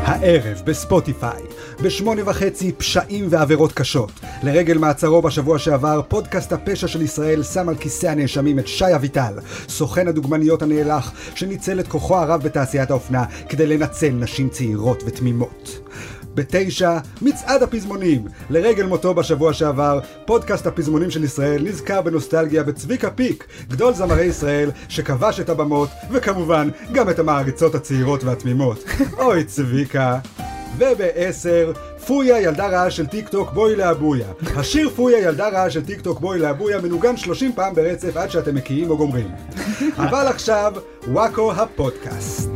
הערב בספוטיפיי, ב8:30 פשעים ועבירות קשות. לרגל מעצרו בשבוע שעבר, פודקאסט הפשע של ישראל שם על כיסא הנאשמים את שי אביטל, סוכן הדוגמניות הנאלח, שניצל את כוחו הרב בתעשיית האופנה כדי לנצל נשים צעירות ותמימות. ב9, מצעד הפזמונים. לרגל מותו בשבוע שעבר, פודקאסט הפזמונים של ישראל נזכר בנוסטלגיה בצביקה פיק, גדול זמרי ישראל שכבש את הבמות, וכמובן גם את המעריצות הצעירות והתמימות. אוי צביקה. וב10, פויה ילדה רעה של טיק טוק בואי לאבויה. השיר פויה ילדה רעה של טיק טוק בואי לאבויה מנוגן 30 פעם ברצף עד שאתם מקיאים או גומרים. אבל עכשיו, וואקו הפודקאסט.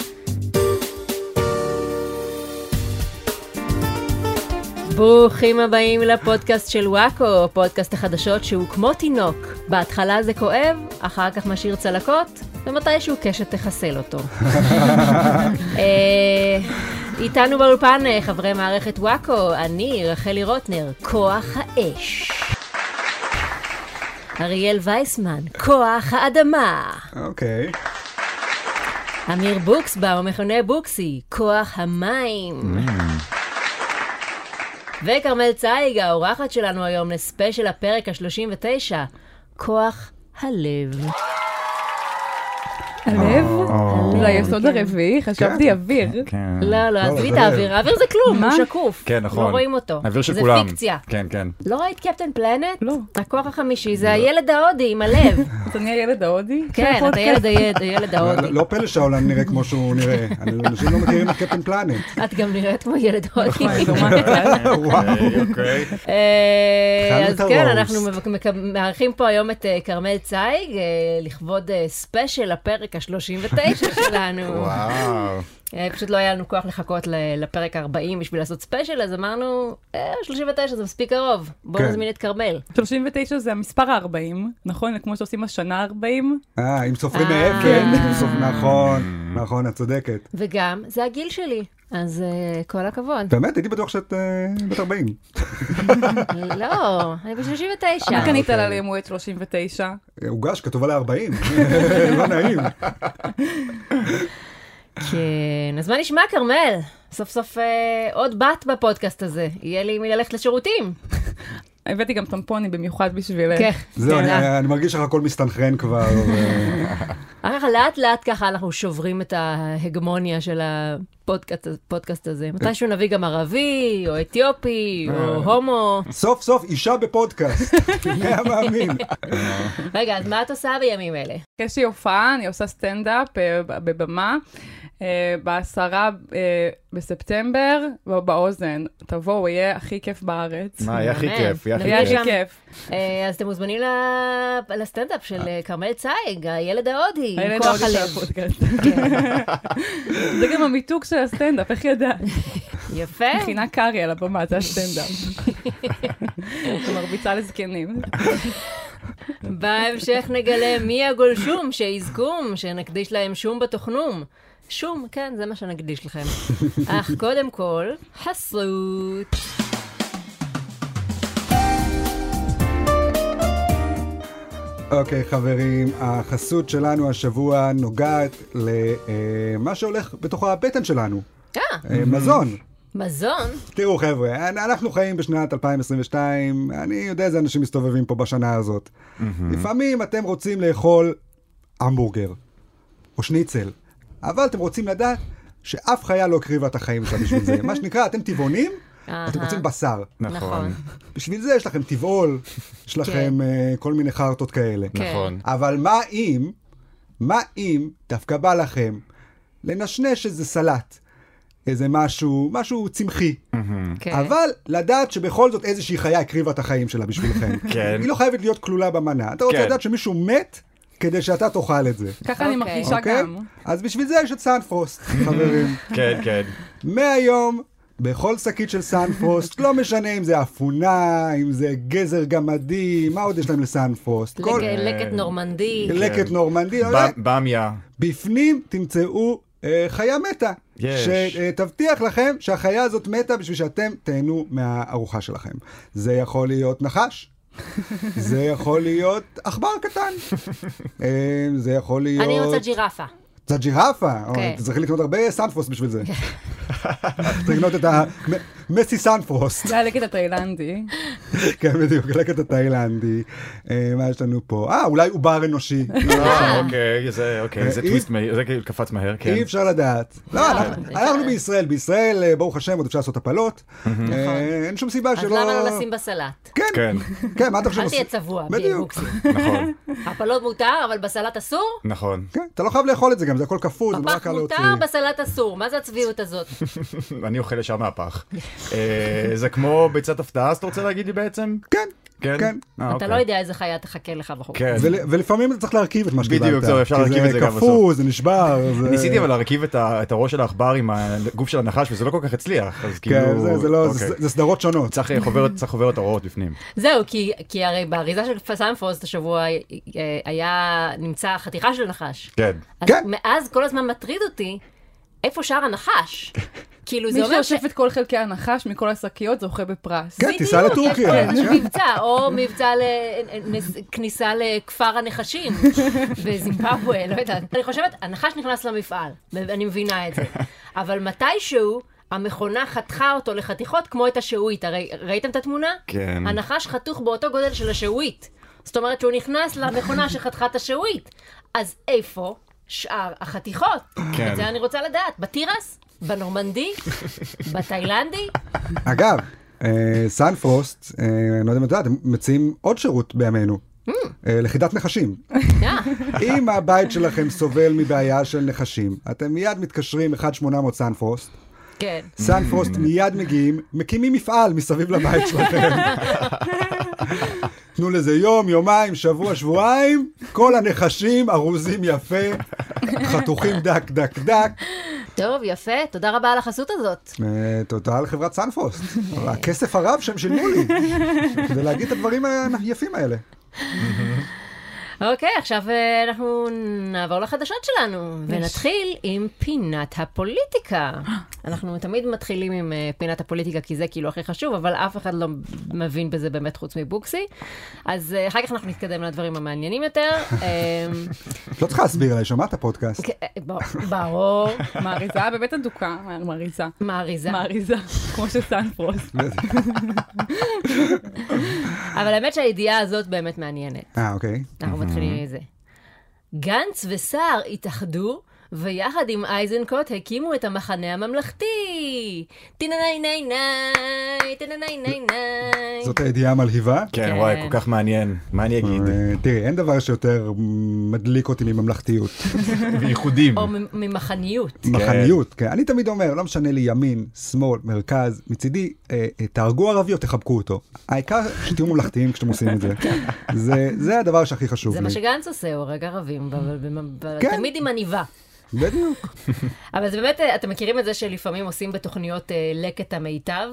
ברוכים הבאים לפודקאסט של וואקו, פודקאסט החדשות שהוא כמו תינוק. בהתחלה זה כואב, אחר כך משאיר צלקות, ומתישהו קשת תחסל אותו. איתנו באולפן חברי מערכת וואקו, אני רחלי רוטנר, כוח האש. אריאל וייסמן, כוח האדמה. אוקיי. אמיר בוקסבאום, מכונה בוקסי, כוח המים. וכרמל צייג, האורחת שלנו היום לספיישל הפרק ה-39, כוח הלב. הלב? זה היסוד הרביעי, חשבתי אוויר. לא, עזבי את האוויר, האוויר זה כלום, הוא שקוף. כן, נכון. לא רואים אותו. האוויר של כולם. זה פיקציה. כן, כן. לא ראית קפטן פלנט? לא. הכוח החמישי, זה הילד ההודי עם הלב. אז אני הילד ההודי? כן, אתה ילד ההודי. לא פלא שהעולם נראה כמו שהוא נראה. אנשים לא מכירים את קפטן פלנט. את גם נראית כמו ילד הודי. אוקיי. אז כן, אנחנו מארחים פה היום את כרמל צייג, לכבוד ספיישל הפרק ה-39 שלנו. וואו. פשוט לא היה לנו כוח לחכות לפרק ה-40 בשביל לעשות ספיישל, אז אמרנו, 39 זה מספיק קרוב, בואו נזמין את כרמל. 39 זה המספר ה-40, נכון? כמו שעושים השנה 40. אם סופרים מאפן, נכון, את צודקת. וגם, זה הגיל שלי, אז כל הכבוד. באמת, הייתי בטוח שאת בת 40. לא, אני ב-39. מה קנית לה למועד 39? הוגש, כתוב עליה 40. לא נעים. כן, אז מה נשמע כרמל? סוף סוף עוד בת בפודקאסט הזה. יהיה לי מי ללכת לשירותים. הבאתי גם טמפונים במיוחד בשבילך. כן. זהו, אני מרגיש לך הכל מסתנכרן כבר. אחר כך לאט לאט ככה אנחנו שוברים את ההגמוניה של הפודקאסט הזה. מתישהו נביא גם ערבי, או אתיופי, או הומו. סוף סוף אישה בפודקאסט. מי המאמין? רגע, אז מה את עושה בימים אלה? יש לי הופעה, אני עושה סטנדאפ בבמה. ב10 בספטמבר, באוזן. תבואו, יהיה הכי כיף בארץ. מה, יהיה הכי כיף, יהיה הכי כיף. אז אתם מוזמנים לסטנדאפ של כרמל צייג, הילד ההודי, הילד כוח ההודי של הלב. הפודקאסט. זה גם המיתוג של הסטנדאפ, איך ידעת? יפה. מכינה קארי על הבמה, זה הסטנדאפ. מרביצה לזקנים. בהמשך נגלה מי הגולשום שיזכום, שנקדיש להם שום בתוכנום. שום, כן, זה מה שנקדיש לכם. אך קודם כל, חסות. אוקיי, חברים, החסות שלנו השבוע נוגעת למה שהולך בתוך הבטן שלנו. מזון. מזון? תראו חבר'ה, אנחנו חיים בשנת 2022, אני יודע איזה אנשים מסתובבים פה בשנה הזאת. לפעמים אתם רוצים לאכול המבורגר, או שניצל, אבל אתם רוצים לדעת שאף חיה לא הקריבה את החיים שלה בשביל זה. מה שנקרא, אתם טבעונים, אתם רוצים בשר. נכון. בשביל זה יש לכם טבעול, יש לכם כל מיני חרטות כאלה. נכון. אבל מה אם דווקא בא לכם לנשנש איזה סלט, איזה משהו צמחי. אבל לדעת שבכל זאת איזושהי חיה הקריבה את החיים שלה בשבילכם. היא לא חייבת להיות כלולה במנה. אתה רוצה לדעת שמישהו מת כדי שאתה תאכל את זה. ככה אני מרגישה גם. אז בשביל זה יש את סנפרוסט, חברים. כן, כן. מהיום, בכל שקית של סנפרוסט, לא משנה אם זה אפונה, אם זה גזר גמדי, מה עוד יש להם לסנפרוסט? לקט נורמנדי. לקט נורמנדי. במיה. בפנים תמצאו חיה מתה. שתבטיח לכם שהחיה הזאת מתה בשביל שאתם תהנו מהארוחה שלכם. זה יכול להיות נחש. זה יכול להיות עכבר קטן. זה יכול להיות... אני רוצה ג'ירפה. זה ג'ירפה? אתה צריך לקנות הרבה סנפוס בשביל זה. צריך לקנות את המסי סנפרוסט. זה הלקט התאילנדי. כן, בדיוק, לקט התאילנדי. מה יש לנו פה? אולי עובר אנושי. אוקיי, זה טוויסט, זה כאילו קפץ מהר, כן. אי אפשר לדעת. לא, אנחנו בישראל. בישראל, ברוך השם, עוד אפשר לעשות הפלות. אין שום סיבה שלא... אז למה לא לשים בסלט? כן, כן, מה אתה חושב? אל תהיה צבוע, בוקסים. נכון. הפלות מותר, אבל בסלט אסור? נכון. כן, אתה לא חייב לאכול את זה גם, זה הכל כפול. הפח מותר, בסלט אסור. מה זה הצביעות הזאת? אני אוכל ישר מהפח. זה כמו ביצת הפתעה, אז אתה רוצה להגיד לי בעצם? כן. כן? אתה לא יודע איזה חיה תחכה לך בחוק. כן. ולפעמים אתה צריך להרכיב את מה שקיבלת. בדיוק, זהו, אפשר להרכיב את זה גם בסוף. כי זה קפוא, זה נשבר. ניסיתי אבל להרכיב את הראש של העכבר עם הגוף של הנחש, וזה לא כל כך הצליח. כן, זה סדרות שונות. צריך חוברת הוראות בפנים. זהו, כי הרי באריזה של סנפרוסט השבוע נמצא חתיכה של נחש. כן. אז מאז כל הזמן מטריד אותי, איפה שר הנחש? כאילו זה מי אומר שאוסף את כל חלקי הנחש מכל השקיות זוכה בפרס. כן, תיסע לטורקיה. מבצע, או מבצע לכניסה לכפר הנחשים בזימבבואה, לא יודעת. אני חושבת, הנחש נכנס למפעל, אני מבינה את זה. אבל מתישהו המכונה חתכה אותו לחתיכות כמו את השעועית. הרי ראיתם את התמונה? כן. הנחש חתוך באותו גודל של השעועית. זאת אומרת שהוא נכנס למכונה שחתכה את השעועית. אז איפה שאר החתיכות? את זה אני רוצה לדעת. בתירס? בנורמנדי? בתאילנדי? אגב, סנפרוסט, אני לא יודע אם את יודעת, הם מציעים עוד שירות בימינו. לכידת נחשים. אם הבית שלכם סובל מבעיה של נחשים, אתם מיד מתקשרים 1-800 סנפרוסט. כן. סנפרוסט מיד מגיעים, מקימים מפעל מסביב לבית שלכם. תנו לזה יום, יומיים, שבוע, שבועיים, כל הנחשים ארוזים יפה, חתוכים דק, דק, דק. טוב, יפה, תודה רבה על החסות הזאת. תודה לחברת סנפרוסט. הכסף הרב שהם שילמו לי, כדי להגיד את הדברים היפים האלה. אוקיי, עכשיו אנחנו נעבור לחדשות שלנו, ונתחיל עם פינת הפוליטיקה. אנחנו תמיד מתחילים עם פינת הפוליטיקה, כי זה כאילו הכי חשוב, אבל אף אחד לא מבין בזה באמת חוץ מבוקסי. אז אחר כך אנחנו נתקדם לדברים המעניינים יותר. לא צריכה להסביר עליי, שמעת הפודקאסט. ברור. מעריזה באמת אדוקה, מעריזה. מעריזה. מעריזה, כמו שסנפרוסט. אבל האמת שהידיעה הזאת באמת מעניינת. אוקיי. אנחנו מתחילים מזה. גנץ וסער התאחדו, ויחד עם אייזנקוט הקימו את המחנה הממלכתי. טינני ני ני, טינני ני ני. זאת הידיעה מלהיבה? כן, וואי, כל כך מעניין. מה אני אגיד? תראי, אין דבר שיותר מדליק אותי מממלכתיות. וייחודים. או ממחניות. מחניות, כן. אני תמיד אומר, לא משנה לי ימין, שמאל, מרכז, מצידי, תהרגו ערבי או תחבקו אותו. העיקר שתהיו ממלכתיים כשאתם עושים את זה. זה הדבר שהכי חשוב לי. זה מה שגנץ עושה, הוא הורג ערבים, תמיד עם עניבה. בדיוק. אבל זה באמת, אתם מכירים את זה שלפעמים עושים בתוכניות לקט המיטב?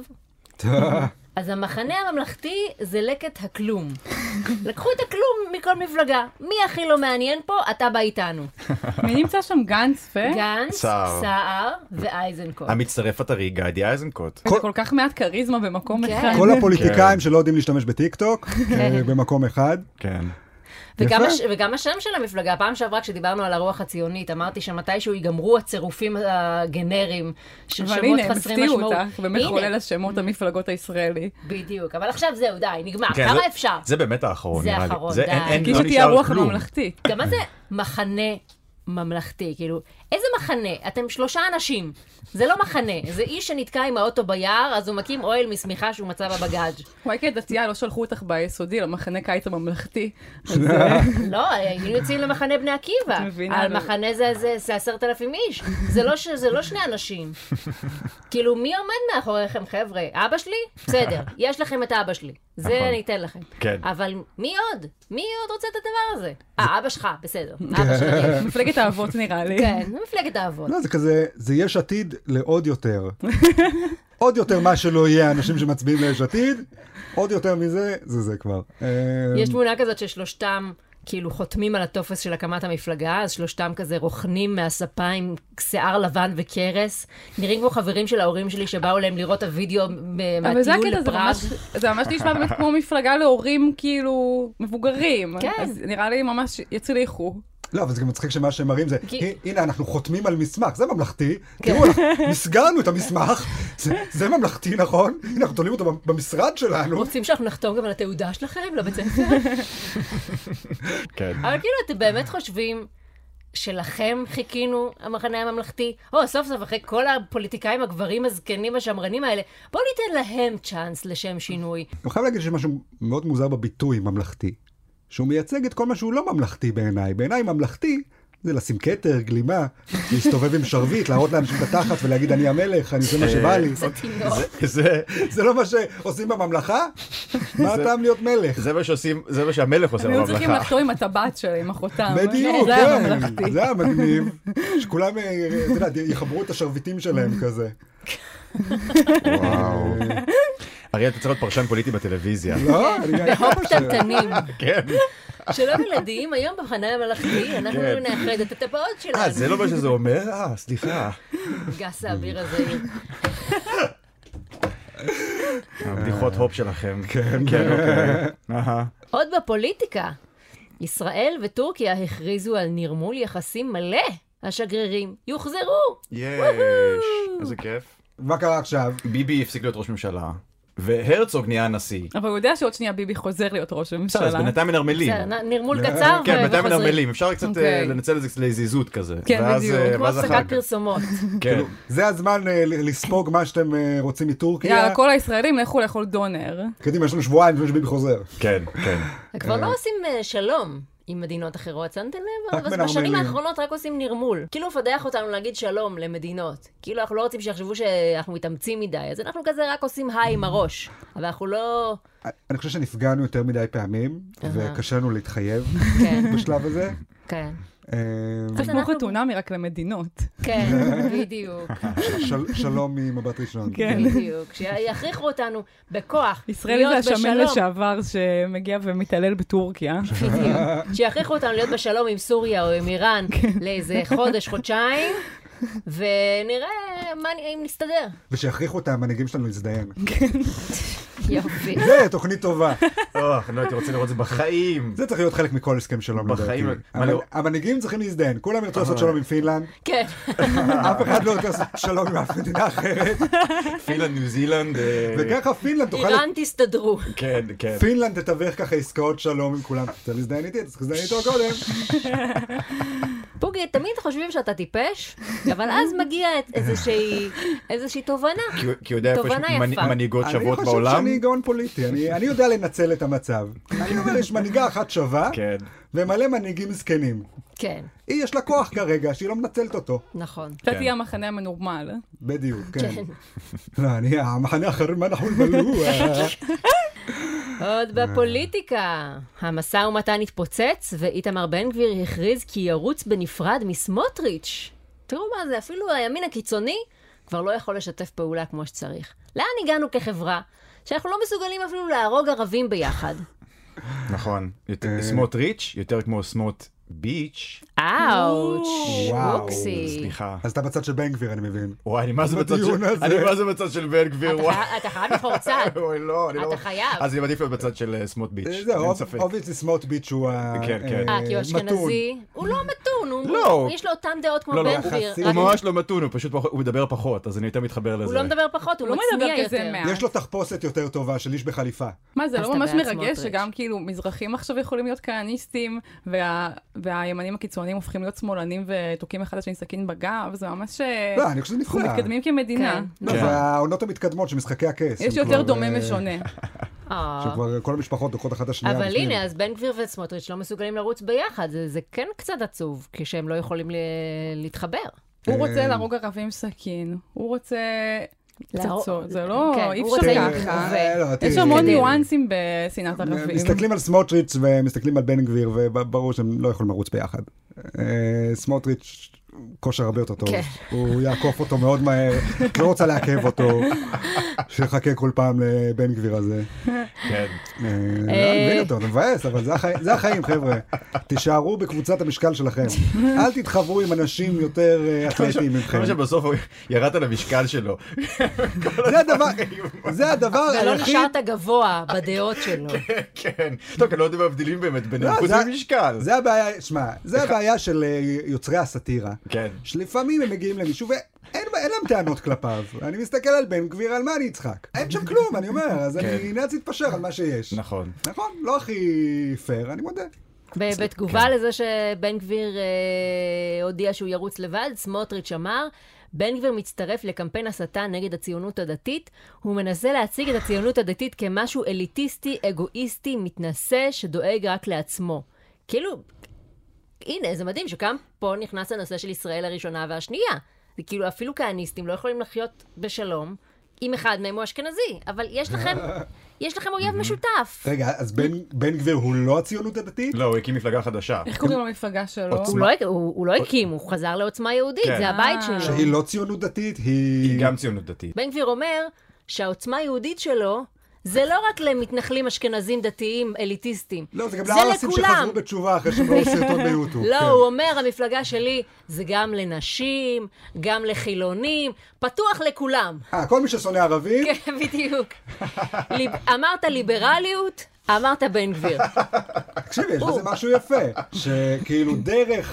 אז המחנה הממלכתי זה לקט הכלום. לקחו את הכלום מכל מפלגה. מי הכי לא מעניין פה? אתה בא איתנו. מי נמצא שם? גנץ גנץ, סער ואייזנקוט. המצטרף הטרי גדי אייזנקוט. זה כל כך מעט קריזמה במקום אחד. כל הפוליטיקאים שלא יודעים להשתמש בטיקטוק, במקום אחד. כן. וגם השם של המפלגה, הפעם שעברה כשדיברנו על הרוח הציונית, אמרתי שמתישהו ייגמרו הצירופים הגנריים של שמות חסרי משמעות. אבל הנה, הם הפתיעו אותך במחולל השמות המפלגות הישראלי. בדיוק, אבל עכשיו זהו, די, נגמר, כמה אפשר? זה באמת האחרון. זה האחרון, די. כי שתהיה הרוח הממלכתית. גם מה זה מחנה ממלכתי? כאילו, איזה מחנה? אתם 3 אנשים. זה לא מחנה, זה איש שנתקע עם האוטו ביער, אז הוא מקים אוהל מסמיכה שהוא מצא בבגאז'. וואי, כדתייה, לא שלחו אותך ביסודי למחנה קיץ הממלכתי. לא, היינו יוצאים למחנה בני עקיבא. על מחנה זה 10,000 איש. זה לא 2 אנשים. כאילו, מי עומד מאחוריכם, חבר'ה? אבא שלי? בסדר, יש לכם את אבא שלי. זה אני אתן לכם. אבל מי עוד? מי עוד רוצה את הדבר הזה? אבא שלך, בסדר. אבא שלי. מפלגת האבות נראה לי. כן, מפלגת האבות. לא, זה כזה, זה יש עתיד לעוד יותר. עוד יותר מה שלא יהיה אנשים שמצביעים ליש עתיד, עוד יותר מזה, זה כבר. יש תמונה כזאת ששלושתם כאילו חותמים על הטופס של הקמת המפלגה, אז שלושתם כזה רוכנים מהספה עם שיער לבן וקרס, נראים כמו חברים של ההורים שלי שבאו להם לראות הווידאו מהטיול לפראג. זה ממש נשמע באמת כמו מפלגה להורים כאילו מבוגרים. כן. אז נראה לי ממש יצליחו. לא, אבל זה גם מצחיק שמה שהם מראים זה, הנה, אנחנו חותמים על מסמך, זה ממלכתי, תראו, מסגרנו את המסמך, זה ממלכתי, נכון? הנה, אנחנו תולים אותו במשרד שלנו. רוצים שאנחנו נחתום גם על התעודה שלכם, לבית ספר? כן. אבל כאילו, אתם באמת חושבים שלכם חיכינו, המחנה הממלכתי? סוף סוף, אחרי כל הפוליטיקאים הגברים הזקנים השמרנים האלה, בואו ניתן להם צ'אנס לשם שינוי. אני חייב להגיד שמשהו מאוד מוזר בביטוי ממלכתי. שהוא מייצג את כל מה שהוא לא ממלכתי בעיניי. בעיניי ממלכתי זה לשים כתר, גלימה, להסתובב עם שרביט, להראות לאנשים את התחת ולהגיד אני המלך, אני זה מה שבא לי. זה תינוק. זה לא מה שעושים בממלכה? מה הטעם להיות מלך? זה מה שהמלך עושה בממלכה. הם צריכים לחתום עם הטבעת שלהם, עם החותם. בדיוק, זה כן. הממלכתי. זה המגניב. שכולם, אתה יודע, יחברו את השרביטים שלהם כזה. וואו. אריה, אתה צריך להיות פרשן פוליטי בטלוויזיה. לא, בהופ קטנטנים. כן. שלום ילדים, היום במחנה הממלכתי, אנחנו נאחד את הטבעות שלנו. זה לא מה שזה אומר? סליחה. גס האוויר הזה. הבדיחות הופ שלכם. כן. אוקיי. עוד בפוליטיקה, ישראל וטורקיה הכריזו על נרמול יחסים מלא. השגרירים יוחזרו. יש, איזה כיף. מה קרה עכשיו? ביבי הפסיק להיות ראש ממשלה, והרצוג נהיה הנשיא. אבל הוא יודע שעוד שנייה ביבי חוזר להיות ראש הממשלה. אז בינתיים מנרמלים. נרמול קצר כן, בינתיים וחוזרים. מנרמלים. אפשר קצת לנצל את זה לאיזיזות כזה. כן, בדיוק. כמו הפסקת פרסומות. כן. זה הזמן לספוג מה שאתם רוצים מטורקיה. יאללה, כל הישראלים לכו לאכול דונר. קדימה, יש לנו שבועיים לפני שביבי חוזר. כן, כן. כבר לא עושים שלום עם מדינות אחרות, שמתם לב? רק אז מנרמלים. בשנים האחרונות רק עושים נרמול. כאילו מפדח אותנו להגיד שלום למדינות. כאילו אנחנו לא רוצים שיחשבו שאנחנו מתאמצים מדי, אז אנחנו כזה רק עושים היי עם הראש. אבל אנחנו לא... אני חושב שנפגענו יותר מדי פעמים, וקשה לנו להתחייב בשלב הזה. כן. צריך כמו חתונמי רק למדינות. כן, בדיוק. שלום ממבט ראשון. כן. בדיוק. שיכריחו אותנו בכוח ישראלי זה השמן לשעבר שמגיע ומתעלל בטורקיה. בדיוק. שיכריחו אותנו להיות בשלום עם סוריה או עם איראן לאיזה חודש, חודשיים, ונראה אם נסתדר. ושיכריחו את המנהיגים שלנו להזדיין. יופי. זה תוכנית טובה. לא הייתי רוצה לראות את זה בחיים. זה צריך להיות חלק מכל הסכם שלום. בחיים. המנהיגים צריכים להזדיין. כולם ירצו לעשות שלום עם פינלנד. כן. אף אחד לא ירצה לעשות שלום עם אף מדינה אחרת. פינלנד, ניו זילנד. וככה פינלנד תוכל... איראן תסתדרו. כן, כן. פינלנד תתווך ככה עסקאות שלום עם כולם. אתה להזדיין איתי, אתה צריך להזדיין איתו קודם. בוגי, תמיד חושבים שאתה טיפש, אבל אז מגיע איזושהי תובנה. כי יודע איפה יש מנהיגות שוות בעולם. אני חושב שאני גאון פוליטי, אני יודע לנצל את המצב. אני אומר, יש מנהיגה אחת שווה, ומלא מנהיגים זקנים. כן. היא יש לה כוח כרגע, שהיא לא מנצלת אותו. נכון. אתה תהיה המחנה המנורמל. בדיוק, כן. לא, אני המחנה אחרים, מה אנחנו נבלו? עוד בפוליטיקה. המשא ומתן התפוצץ, ואיתמר בן גביר הכריז כי ירוץ בנפרד מסמוטריץ'. תראו מה זה, אפילו הימין הקיצוני כבר לא יכול לשתף פעולה כמו שצריך. לאן הגענו כחברה? שאנחנו לא מסוגלים אפילו להרוג ערבים ביחד. נכון. סמוטריץ', יותר כמו סמוט ביץ'. אאוץ', ווקסי. סליחה. אז אתה בצד של בן גביר, אני מבין. וואי, אני מה זה בצד של בן גביר? אתה חייב לבחור צד. אוי, לא, אני לא... אתה חייב. אז אני מעדיף להיות בצד של סמוט ביץ'. זהו, אובייסלי סמוט ביץ' הוא כי הוא אשכנזי. הוא לא מתון, יש לו אותן דעות כמו בן גביר. הוא ממש לא מתון, הוא מדבר פחות, אז אני יותר מתחבר לזה. הוא לא מדבר פחות, הוא מצניע יותר. יש לו תחפושת יותר טובה של איש בחליפה. מה, זה לא ממש מרגש שגם כאילו מזרחים עכשיו יכולים להיות כהניסטים, והימנים הקיצוניים הופכים להיות שמאלנים ותוקים אחד השני סכין בגב, זה ממש... לא, אני חושב שזה נפלא. אנחנו מתקדמים כמדינה. זה העונות המתקדמות של משחקי הכס. יש יותר דומה משונה. שכבר כל המשפחות דוקות אחת השנייה. אבל הנה, אז בן גביר וסמוטריץ' לא מסוגלים לרוץ ביחד. זה כן קצת עצוב, כשהם לא יכולים להתחבר. הוא רוצה להרוג ערבים סכין. הוא רוצה... פצצות, זה לא, אי אפשר ככה. יש המון ניואנסים בשנאת ערבים. מסתכלים על סמוטריץ' ומסתכלים על בן גביר, וברור שהם לא יכולים לרוץ ביחד. סמוטריץ' כושר הרבה יותר טוב. הוא יעקוף אותו מאוד מהר, לא רוצה לעכב אותו, שיחכה כל פעם לבן גביר הזה. כן. מבין אותו, זה מבאס, אבל זה החיים, חבר'ה. תישארו בקבוצת המשקל שלכם. אל תתחברו עם אנשים יותר אתלטיים ממכם. כמו שבסוף הוא ירד על המשקל שלו. זה הדבר היחיד. ולא נשארת גבוה בדעות שלו. כן. טוב, אני לא יודע מה הבדילים באמת ביניהם, חוץ ממשקל. זה הבעיה, שמע, זה הבעיה של יוצרי הסאטירה. כן. שלפעמים הם מגיעים למישהו ואין להם טענות כלפיו. אני מסתכל על בן גביר, על מה אני אצחק? אין שם כלום, אני אומר, אז אני נאלץ להתפשר על מה שיש. נכון. נכון, לא הכי פייר, אני מודה. בתגובה לזה שבן גביר הודיע שהוא ירוץ לבד, סמוטריץ' אמר, בן גביר מצטרף לקמפיין הסתה נגד הציונות הדתית, הוא מנסה להציג את הציונות הדתית כמשהו אליטיסטי, אגואיסטי, מתנשא, שדואג רק לעצמו. כאילו, הנה, זה מדהים שגם פה נכנס הנושא של ישראל הראשונה והשנייה. זה כאילו, אפילו כהניסטים לא יכולים לחיות בשלום, אם אחד מהם הוא אשכנזי, אבל יש לכם אויב משותף. רגע, אז בן גביר הוא לא הציונות הדתית? לא, הוא הקים מפלגה חדשה. איך קוראים למפלגה שלו? הוא לא הקים, הוא חזר לעוצמה יהודית, זה הבית שלו. שהיא לא ציונות דתית, היא גם ציונות דתית. בן גביר אומר שהעוצמה היהודית שלו זה לא רק למתנחלים אשכנזים דתיים אליטיסטים. לא, זה גם לארסים שחזרו בתשובה אחרי שהם ראו סרטון ביוטיוב. לא, הוא אומר, המפלגה שלי זה גם לנשים, גם לחילונים, פתוח לכולם. כל מי ששונא ערבים? כן, בדיוק. אמרת ליברליות, אמרת בן גביר. תקשיב, יש בזה משהו יפה, שכאילו דרך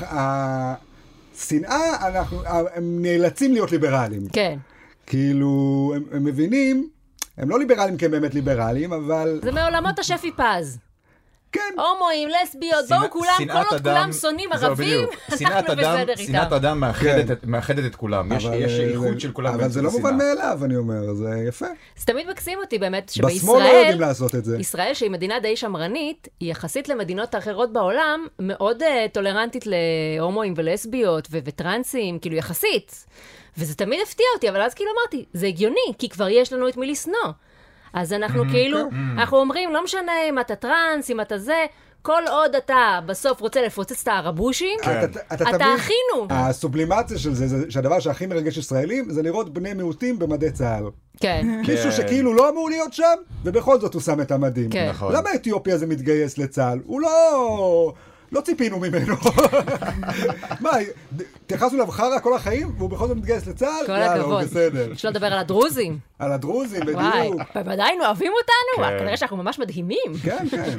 השנאה, הם נאלצים להיות ליברליים. כן. כאילו, הם מבינים, הם לא ליברליים כי הם באמת ליברליים, אבל... זה מעולמות השפי פז. כן. הומואים, לסביות, בואו כולם, כל עוד כולם שונאים ערבים, אנחנו בסדר איתם. שנאת אדם מאחדת את כולם. יש איחוד של כולם. אבל זה לא מובן מאליו, אני אומר, זה יפה. זה תמיד מקסים אותי באמת שבישראל... בשמאל לא יודעים לעשות את זה. ישראל, שהיא מדינה די שמרנית, היא יחסית למדינות האחרות בעולם, מאוד טולרנטית להומואים ולסביות וטרנסים, כאילו יחסית. וזה תמיד הפתיע אותי, אבל אז כאילו אמרתי, זה הגיוני, כי כבר יש לנו את מי לשנוא. אז אנחנו כאילו, אנחנו אומרים, לא משנה אם אתה טרנס, אם אתה זה, כל עוד אתה בסוף רוצה לפוצץ את הערבושים, אתה אחינו. הסובלימציה של זה, שהדבר שהכי מרגש ישראלים, זה לראות בני מיעוטים במדי צה"ל. כן. מישהו שכאילו לא אמור להיות שם, ובכל זאת הוא שם את המדים. נכון. למה אתיופיה זה מתגייס לצה"ל? הוא לא ציפינו ממנו. מה, תייחסנו אליו חרא כל החיים, והוא בכל זאת מתגייס לצה"ל? כל הכבוד. בסדר. אפשר לדבר על הדרוזים. על הדרוזים, בדיוק. בוודאי, אוהבים אותנו, כנראה שאנחנו ממש מדהימים. כן, כן.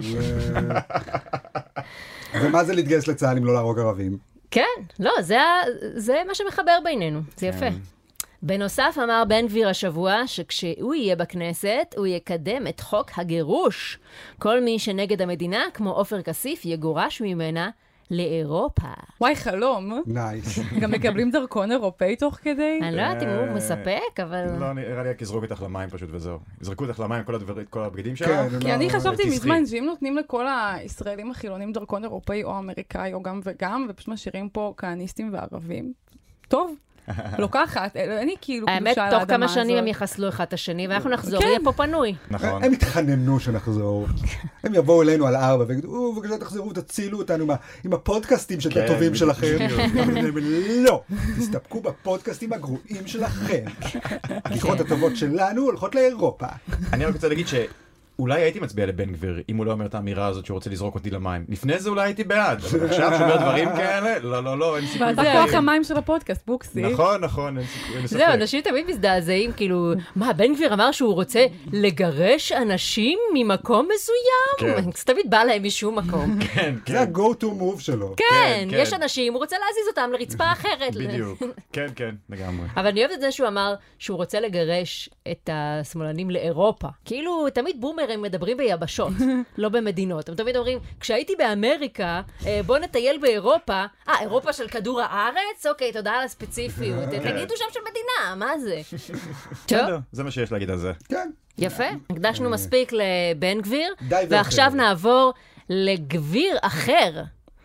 ומה זה להתגייס לצה"ל אם לא להרוג ערבים? כן, לא, זה מה שמחבר בינינו, זה יפה. בנוסף אמר בן גביר השבוע שכשהוא יהיה בכנסת, הוא יקדם את חוק הגירוש. כל מי שנגד המדינה, כמו עופר כסיף, יגורש ממנה לאירופה. וואי, חלום. נייס. גם מקבלים דרכון אירופאי תוך כדי? אני לא יודעת אם הוא מספק, אבל... לא, נראה לי רק יזרוק אותך למים פשוט וזהו. יזרקו אותך למים כל הבגדים שלך. כי אני חשבתי מזמן שאם נותנים לכל הישראלים החילונים דרכון אירופאי או אמריקאי או גם וגם, ופשוט משאירים פה כהניסטים וערבים, טוב. לוקחת, אני כאילו האמת, תוך כמה שנים הם יחסלו אחד את השני, ואנחנו נחזור, יהיה פה פנוי. נכון. הם התחננו שנחזור. הם יבואו אלינו על 4 ויגידו, בבקשה תחזרו, תצילו אותנו עם הפודקאסטים הטובים שלכם. לא, תסתפקו בפודקאסטים הגרועים שלכם. הבדיחות הטובות שלנו הולכות לאירופה. אני רק רוצה להגיד אולי הייתי מצביע לבן גביר, אם הוא לא אומר את האמירה הזאת שהוא רוצה לזרוק אותי למים. לפני זה אולי הייתי בעד, אבל עכשיו שאומר דברים כאלה, לא, אין סיכוי. ואתה כוח המים של הפודקאסט, בוקסי. נכון, אין ספק. זהו, אנשים תמיד מזדעזעים, כאילו, מה, בן גביר אמר שהוא רוצה לגרש אנשים ממקום מסוים? תמיד בא להם משום מקום. זה ה-go to move שלו. כן, יש אנשים, הוא רוצה להזיז אותם לרצפה אחרת. בדיוק, כן, לגמרי. אבל אני אוהבת את זה שהוא אמר שהוא רוצה לגרש את השמאלנים לאירופה. כאילו, תמיד בומר הם מדברים ביבשות, לא במדינות. הם תמיד אומרים, כשהייתי באמריקה, בוא נטייל באירופה, אירופה של כדור הארץ? אוקיי, תודה על הספציפיות. תגידו שם של מדינה, מה זה? טוב. זה מה שיש להגיד על זה. כן. יפה. הקדשנו מספיק לבן גביר, ועכשיו נעבור לגביר אחר.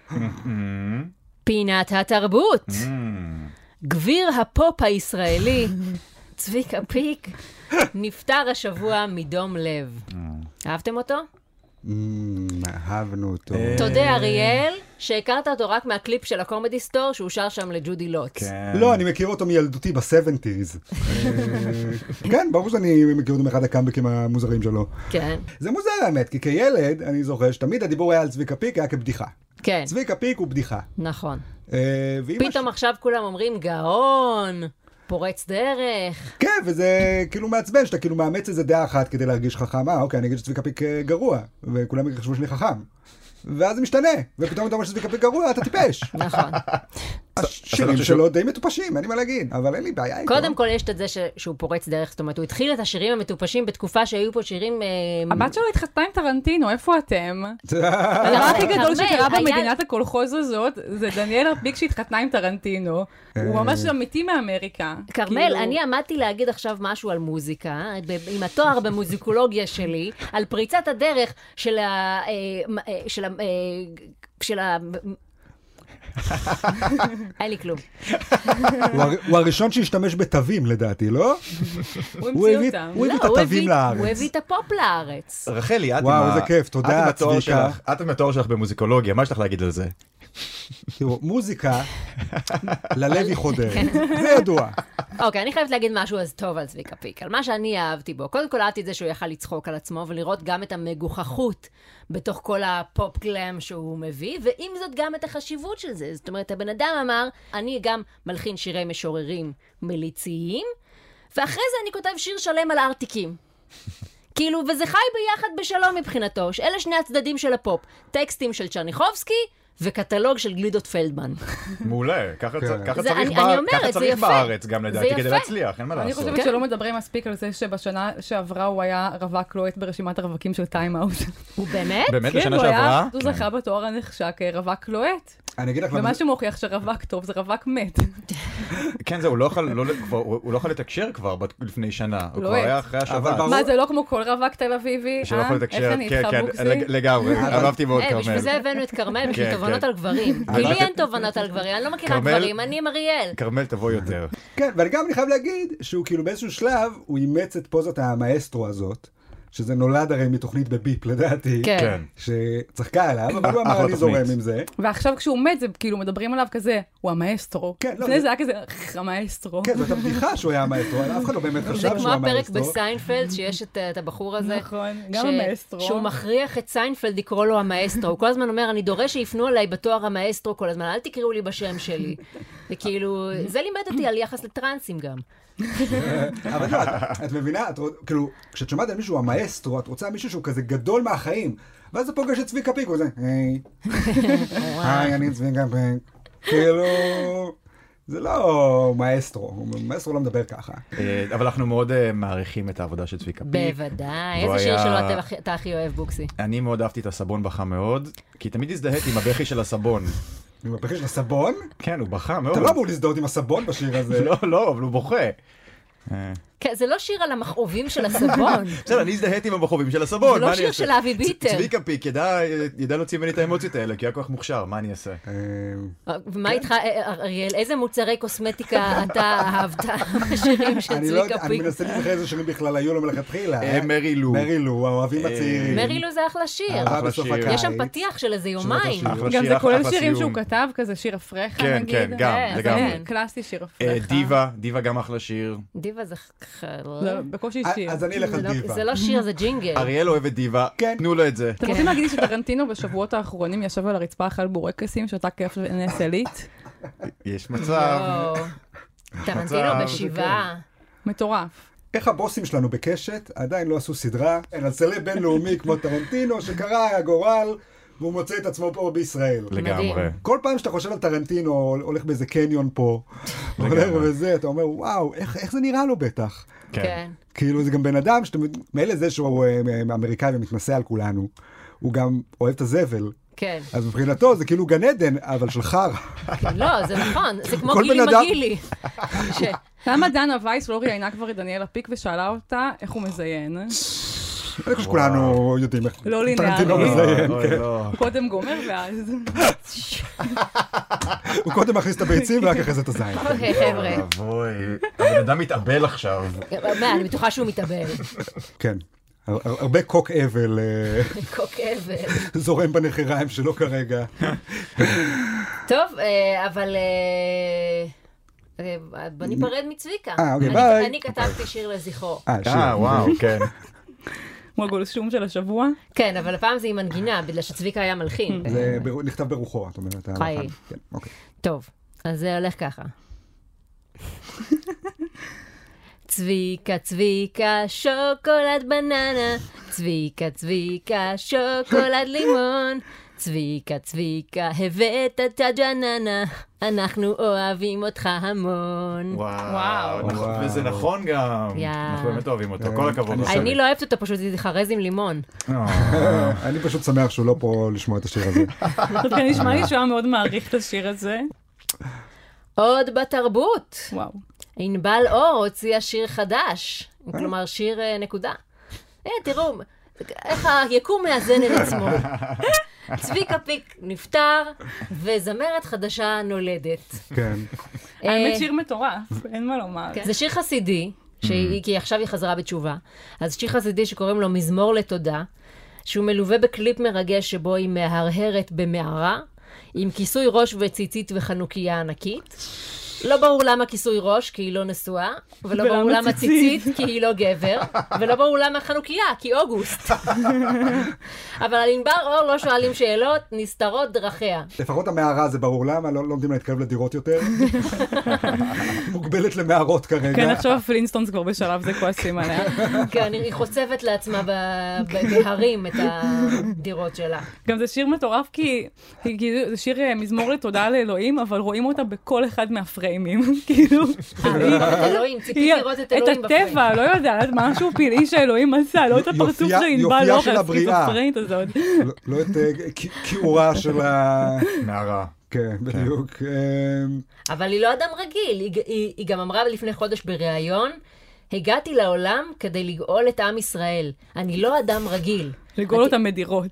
פינת התרבות. גביר הפופ הישראלי, צביקה פיק, נפטר השבוע מדום לב. אהבתם אותו? אהבנו אותו. תודה, אריאל, שהכרת אותו רק מהקליפ של הקומדי סטור, שהוא שר שם לג'ודי לוטס. לא, אני מכיר אותו מילדותי ב-70s. כן, ברור שאני מכיר אותו מאחד הקאמבקים המוזרים שלו. כן. זה מוזר האמת, כי כילד, אני זוכר שתמיד הדיבור היה על צביקה פיק, היה כבדיחה. כן. צביקה פיק הוא בדיחה. נכון. פתאום עכשיו כולם אומרים גאון, פורץ דרך. כן, וזה כאילו מעצבן, שאתה כאילו מאמץ איזה דעה אחת כדי להרגיש חכם. אוקיי, אני אגיד שצביקה פיק גרוע, וכולם יחשבו שאני חכם. ואז זה משתנה, ופתאום אתה אומר שצביקה פיק גרוע, אתה טיפש. נכון. השירים שלו די מטופשים, אין לי מה להגיד, אבל אין לי בעיה איתו. קודם כל יש את זה שהוא פורץ דרך, זאת אומרת, הוא התחיל את השירים המטופשים בתקופה שהיו פה שירים... הבת שלו התחתנה עם טרנטינו, איפה אתם? הדבר הכי גדול שקרה במדינת הקולחוז הזאת, זה דניאל ארפיק שהתחתנה עם טרנטינו. הוא ממש אמיתי מאמריקה. כרמל, אני עמדתי להגיד עכשיו משהו על מוזיקה, עם התואר במוזיקולוגיה שלי, על פריצת הדרך של אין לי כלום. הוא הראשון שהשתמש בתווים לדעתי, לא? הוא המציא אותם. הוא הביא את התווים לארץ. הוא הביא את הפופ לארץ. רחלי, את וואו, איזה כיף, תודה צביקה. את עם התואר שלך במוזיקולוגיה, מה יש לך להגיד על זה? תראו, מוזיקה ללב היא חודר, זה ידוע. אוקיי, אני חייבת להגיד משהו אז טוב על צביקה פיק, על מה שאני אהבתי בו. קודם כל אהבתי את זה שהוא יכל לצחוק על עצמו ולראות גם את המגוחכות בתוך כל הפופ גלם שהוא מביא, ועם זאת גם את החשיבות של זה. זאת אומרת, הבן אדם אמר, אני גם מלחין שירי משוררים מליציים, ואחרי זה אני כותב שיר שלם על ארטיקים. כאילו, וזה חי ביחד בשלום מבחינתו. אלה שני הצדדים של הפופ. טקסטים של צ'רניחובסקי, וקטלוג של גלידות פלדמן. מעולה, ככה צריך יפה. בארץ גם לדעתי כדי להצליח, אין מה לעשות. אני חושבת שלא מדברים מספיק על זה שבשנה שעברה הוא היה רווק לוהט ברשימת הרווקים של טיים אאוט. הוא באמת? באמת בשנה שעברה? הוא זכה בתואר הנחשק רווק לוהט. ומה שמוכיח שרווק טוב זה רווק מת. כן, זה, הוא לא יכול לתקשר כבר לפני שנה, הוא כבר היה אחרי השבת. מה, זה לא כמו כל רווק תל אביבי? שלא יכול לתקשר, איך אני איתך בוקסי? לגמרי, אהבתי מאוד כרמל. בשביל זה הבאנו את כרמל, בשביל תובנות על גברים. כי לי אין תובנות על גברים, אני לא מכירה גברים, אני עם אריאל. כרמל, תבוא יותר. כן, ואני גם חייב להגיד שהוא כאילו באיזשהו שלב, הוא אימץ את פוזת המאסטרו הזאת, שזה נולד הרי מתוכנית בביפ, לדעתי. כן. שצחקה עליו, אבל הוא אמר, אני זורם עם זה. ועכשיו כשהוא מת, זה כאילו מדברים עליו כזה, הוא המאסטרו. כן, לא. לפני זה היה כזה, המאסטרו. כן, זאת הבדיחה שהוא היה המאסטרו, אף אחד לא באמת חשב שהוא המאסטרו. זה כמו הפרק בסיינפלד, שיש את הבחור הזה. נכון, גם המאסטרו. שהוא מכריח את סיינפלד לקרוא לו המאסטרו. הוא כל הזמן אומר, אני דורש שיפנו עליי בתואר המאסטרו כל הזמן, אל תקראו לי בשם שלי. וכאילו, זה לימד אותי על יחס לטרנסים גם. אבל לא, את מבינה, כאילו, כשאת שומעת על מישהו המאסטרו, את רוצה מישהו שהוא כזה גדול מהחיים, ואז זה פוגש את צביקה פיק, וזה, היי, אני צביקה פיק. כאילו, זה לא מאסטרו, מאסטרו לא מדבר ככה. אבל אנחנו מאוד מעריכים את העבודה של צביקה פיק. בוודאי, איזה שיר שלו אתה הכי אוהב, בוקסי? אני מאוד אהבתי את הסבון בכה מאוד, כי תמיד הזדהיתי עם הבכי של הסבון. עם הבכי של הסבון? כן, הוא בכה מאוד. אתה לא אמור להזדהות עם הסבון בשיר הזה. לא, אבל הוא בוכה. כן, זה לא שיר על המכאובים של הסבון. בסדר, אני הזדהיתי עם המכאובים של הסבון. זה לא שיר של אבי ביטר. צביקה פיק ידע להוציא ממני את האמוציות האלה, כי היה כל כך מוכשר, מה אני אעשה? ומה איתך, אריאל, איזה מוצרי קוסמטיקה אתה אהבת בשירים של צביקה פיק? אני מנסה להזכר איזה שירים בכלל היו לו מלכתחילה. מרי לו. מרי לו, האוהבים הצעירים. מרי לו זה אחלה שיר. יש שם פתיח של איזה יומיים. גם זה כולל שירים שהוא כתב, כזה שיר אפרחה נגיד. כן, גם, לגמרי. קלאסי שיר אפרחה. דיבה גם אחלה שיר. דיבה זה בקושי שיר. אז אני אלך על דיבה. זה לא שיר, זה ג'ינגל. אריאל אוהב את דיבה, תנו לו את זה. אתם רוצים להגיד שטרנטינו בשבועות האחרונים ישב על הרצפה אכל בורקסים שאתה כיף של נס עילית? יש מצב. טרנטינו בשבעה. מטורף. איך הבוסים שלנו בקשת עדיין לא עשו סדרה, אין על סלב בינלאומי כמו טרנטינו שקרא הגורל והוא מוצא את עצמו פה בישראל. לגמרי. כל פעם שאתה חושב על טרנטינו, הולך באיזה קניון פה, הולך בזה, אתה אומר, וואו, איך זה נראה לו בטח? כן. כאילו זה גם בן אדם, מאלה זה שהוא אמריקאי ומתנסה על כולנו, הוא גם אוהב את הזבל. כן. אז מבחינתו זה כאילו גן עדן, אבל של חר. לא, זה נכון, זה כמו גילי מגילי. למה דנה וייס לא ראיינה כבר את דניאל אפיק ושאלה אותה איך הוא מזיין? אני חושב שכולנו יודעים איך טרנטינו מזיין. הוא קודם גומר ואז... הוא קודם מכניס את הביצים ורק אחרי זה את הזין. אוקיי, חבר'ה. אבוי, הבן אדם מתאבל עכשיו. אני בטוחה שהוא מתאבל. כן. הרבה קוק אבל קוק אבל. זורם בנחיריים שלו כרגע. טוב, אבל בוא ניפרד מצביקה. אוקיי, ביי. אני כתבתי שיר לזכרו. וואו, כן. הוא הגולשום של השבוע. כן, אבל הפעם זה עם מנגינה, בגלל שצביקה היה מלחין. זה נכתב ברוחו, את אומרת. חי. כן, אוקיי. טוב, אז זה הולך ככה. צביקה, צביקה, שוקולד בננה, צביקה, צביקה, שוקולד לימון, צביקה, צביקה, הבאת את הג'ננה, אנחנו אוהבים אותך המון. וואו. וזה נכון גם. אנחנו באמת אוהבים אותו, כל הכבוד. אני לא אוהבת אותו, פשוט זה חרז עם לימון. אני פשוט שמח שהוא לא פה לשמוע את השיר הזה. דווקא נשמע לי שהוא היה מאוד מעריך את השיר הזה. עוד בתרבות. וואו. ענבל אור הוציאה שיר חדש, כלומר שיר נקודה. תראו, איך היקום מאזן את עצמו. צביקה פיק נפטר, וזמרת חדשה נולדת. כן. האמת שיר מטורף, אין מה לומר. זה שיר חסידי, כי עכשיו היא חזרה בתשובה. אז שיר חסידי שקוראים לו מזמור לתודה, שהוא מלווה בקליפ מרגש שבו היא מהרהרת במערה, עם כיסוי ראש וציצית וחנוכיה ענקית. לא ברור למה כיסוי ראש, כי היא לא נשואה, ולא ברור למה ציצית, כי היא לא גבר, ולא ברור למה חנוכיה, כי אוגוסט. אבל על ענבר אור לא שואלים שאלות, נסתרות דרכיה. לפחות המערה זה ברור למה, לא עומדים להתקרב לדירות יותר. מוגבלת למערות כרגע. כן, עכשיו הפלינסטונס כבר בשלב זה כועסים עליה. כן, היא חושפת לעצמה בהרים את הדירות שלה. גם זה שיר מטורף, כי זה שיר מזמור לתודה לאלוהים, אבל רואים אותה בכל אחד מהפריים. כאילו, אלוהים, ציפית לראות את אלוהים בפריים. את הטבע, לא יודעת, משהו פלאי שאלוהים עשה, לא את הפרצוף של ענבל, לא את הסכיזופרנית הזאת. לא את כיעורה של נערה. כן, בדיוק. אבל היא לא אדם רגיל, היא גם אמרה לפני חודש בריאיון, הגעתי לעולם כדי לגאול את עם ישראל. אני לא אדם רגיל. לגאול אותם מדירות.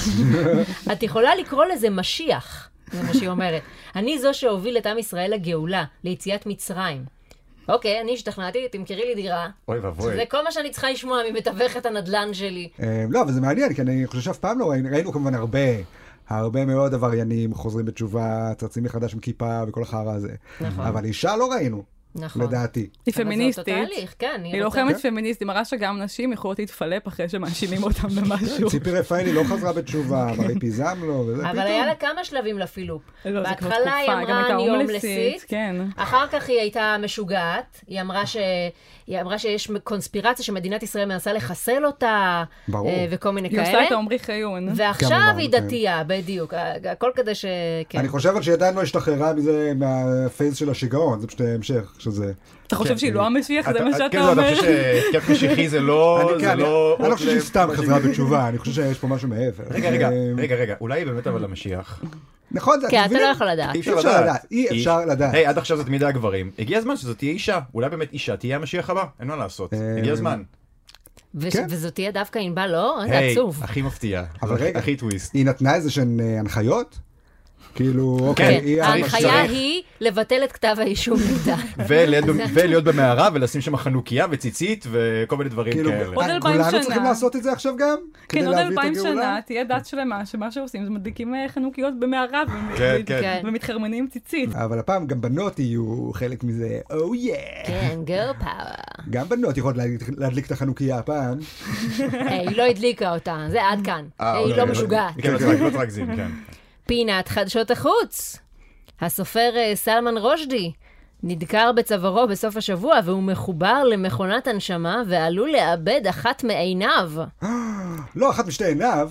את יכולה לקרוא לזה משיח. זה מה שהיא אומרת. אני זו שהוביל את עם ישראל לגאולה, ליציאת מצרים. אוקיי, אני השתכנעתי, תמכרי לי דירה. אוי ואבוי. זה כל מה שאני צריכה לשמוע ממתווכת הנדלן שלי. לא, אבל זה מעניין, כי אני חושב שאף פעם לא ראינו כמובן הרבה מאוד עבריינים חוזרים בתשובה, צרצים מחדש עם כיפה וכל החרא הזה. נכון. אבל אישה לא ראינו. נכון. לדעתי. היא פמיניסטית. כן, היא לוחמת פמיניסטית, מראה שגם נשים יכולות להתפלפ אחרי שמאשימים אותם במשהו. ציפי רפאלי לא חזרה בתשובה, מרי פיזם לא, וזה פתאום. אבל היה לה כמה שלבים לפילופ. בהתחלה היא אמרה אני הומלסית, כן. אחר כך היא הייתה משוגעת, היא אמרה שיש קונספירציה שמדינת ישראל מנסה לחסל אותה, וכל מיני כאלה. היא עושה את העומרי חיון. ועכשיו היא דתייה, בדיוק, הכל כדי ש... אני חושב שעדיין לא השתחררה מזה מהפייס של השיגעון, זה פשוט המשך. אתה חושב שהיא לא המשיח? זה מה שאתה אומר? אתה חושב שכיף משיחי זה לא... אני לא חושב שהיא סתם חזרה בתשובה, אני חושב שיש פה משהו מעבר. רגע, אולי היא באמת אבל המשיח. נכון, כן, אתה לא יכול לדעת. אי אפשר לדעת. היי, עד עכשיו זאת מידי הגברים. הגיע הזמן שזאת תהיה אישה. אולי באמת אישה תהיה המשיח הבא. אין מה לעשות. הגיע הזמן. וזאת תהיה דווקא ענבל אור? זה עצוב. הכי מפתיע. אבל רגע, הכי טוויסט. היא נתנה איזה שהן הנחיות? כאילו, אוקיי, ההנחיה היא לבטל את כתב האישום נגדה. ולהיות במערה ולשים שם חנוכיה וציצית וכל מיני דברים כאלה. עוד 2000 שנה. כולנו צריכים לעשות את זה עכשיו גם? כן, עוד 2000 שנה תהיה דת שלמה שמה שעושים זה מדליקים חנוכיות במערה ומתחרמנים ציצית. אבל הפעם גם בנות יהיו חלק מזה, או יא. כן, גרל פאוור. גם בנות יכולות להדליק את החנוכיה הפעם. היא לא הדליקה אותה, זה עד כאן. היא לא משוגעת. כן, לא תרגזים, כן. פינת חדשות החוץ. הסופר סלמן רושדי נדקר בצווארו בסוף השבוע והוא מחובר למכונת הנשמה ועלול לאבד אחת מעיניו. לא, אחת משתי עיניו.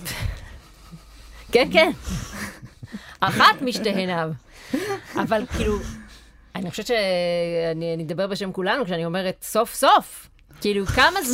כן, כן. אחת משתי עיניו. אבל כאילו, אני חושבת שאני אדבר בשם כולנו כשאני אומרת סוף סוף. כאילו,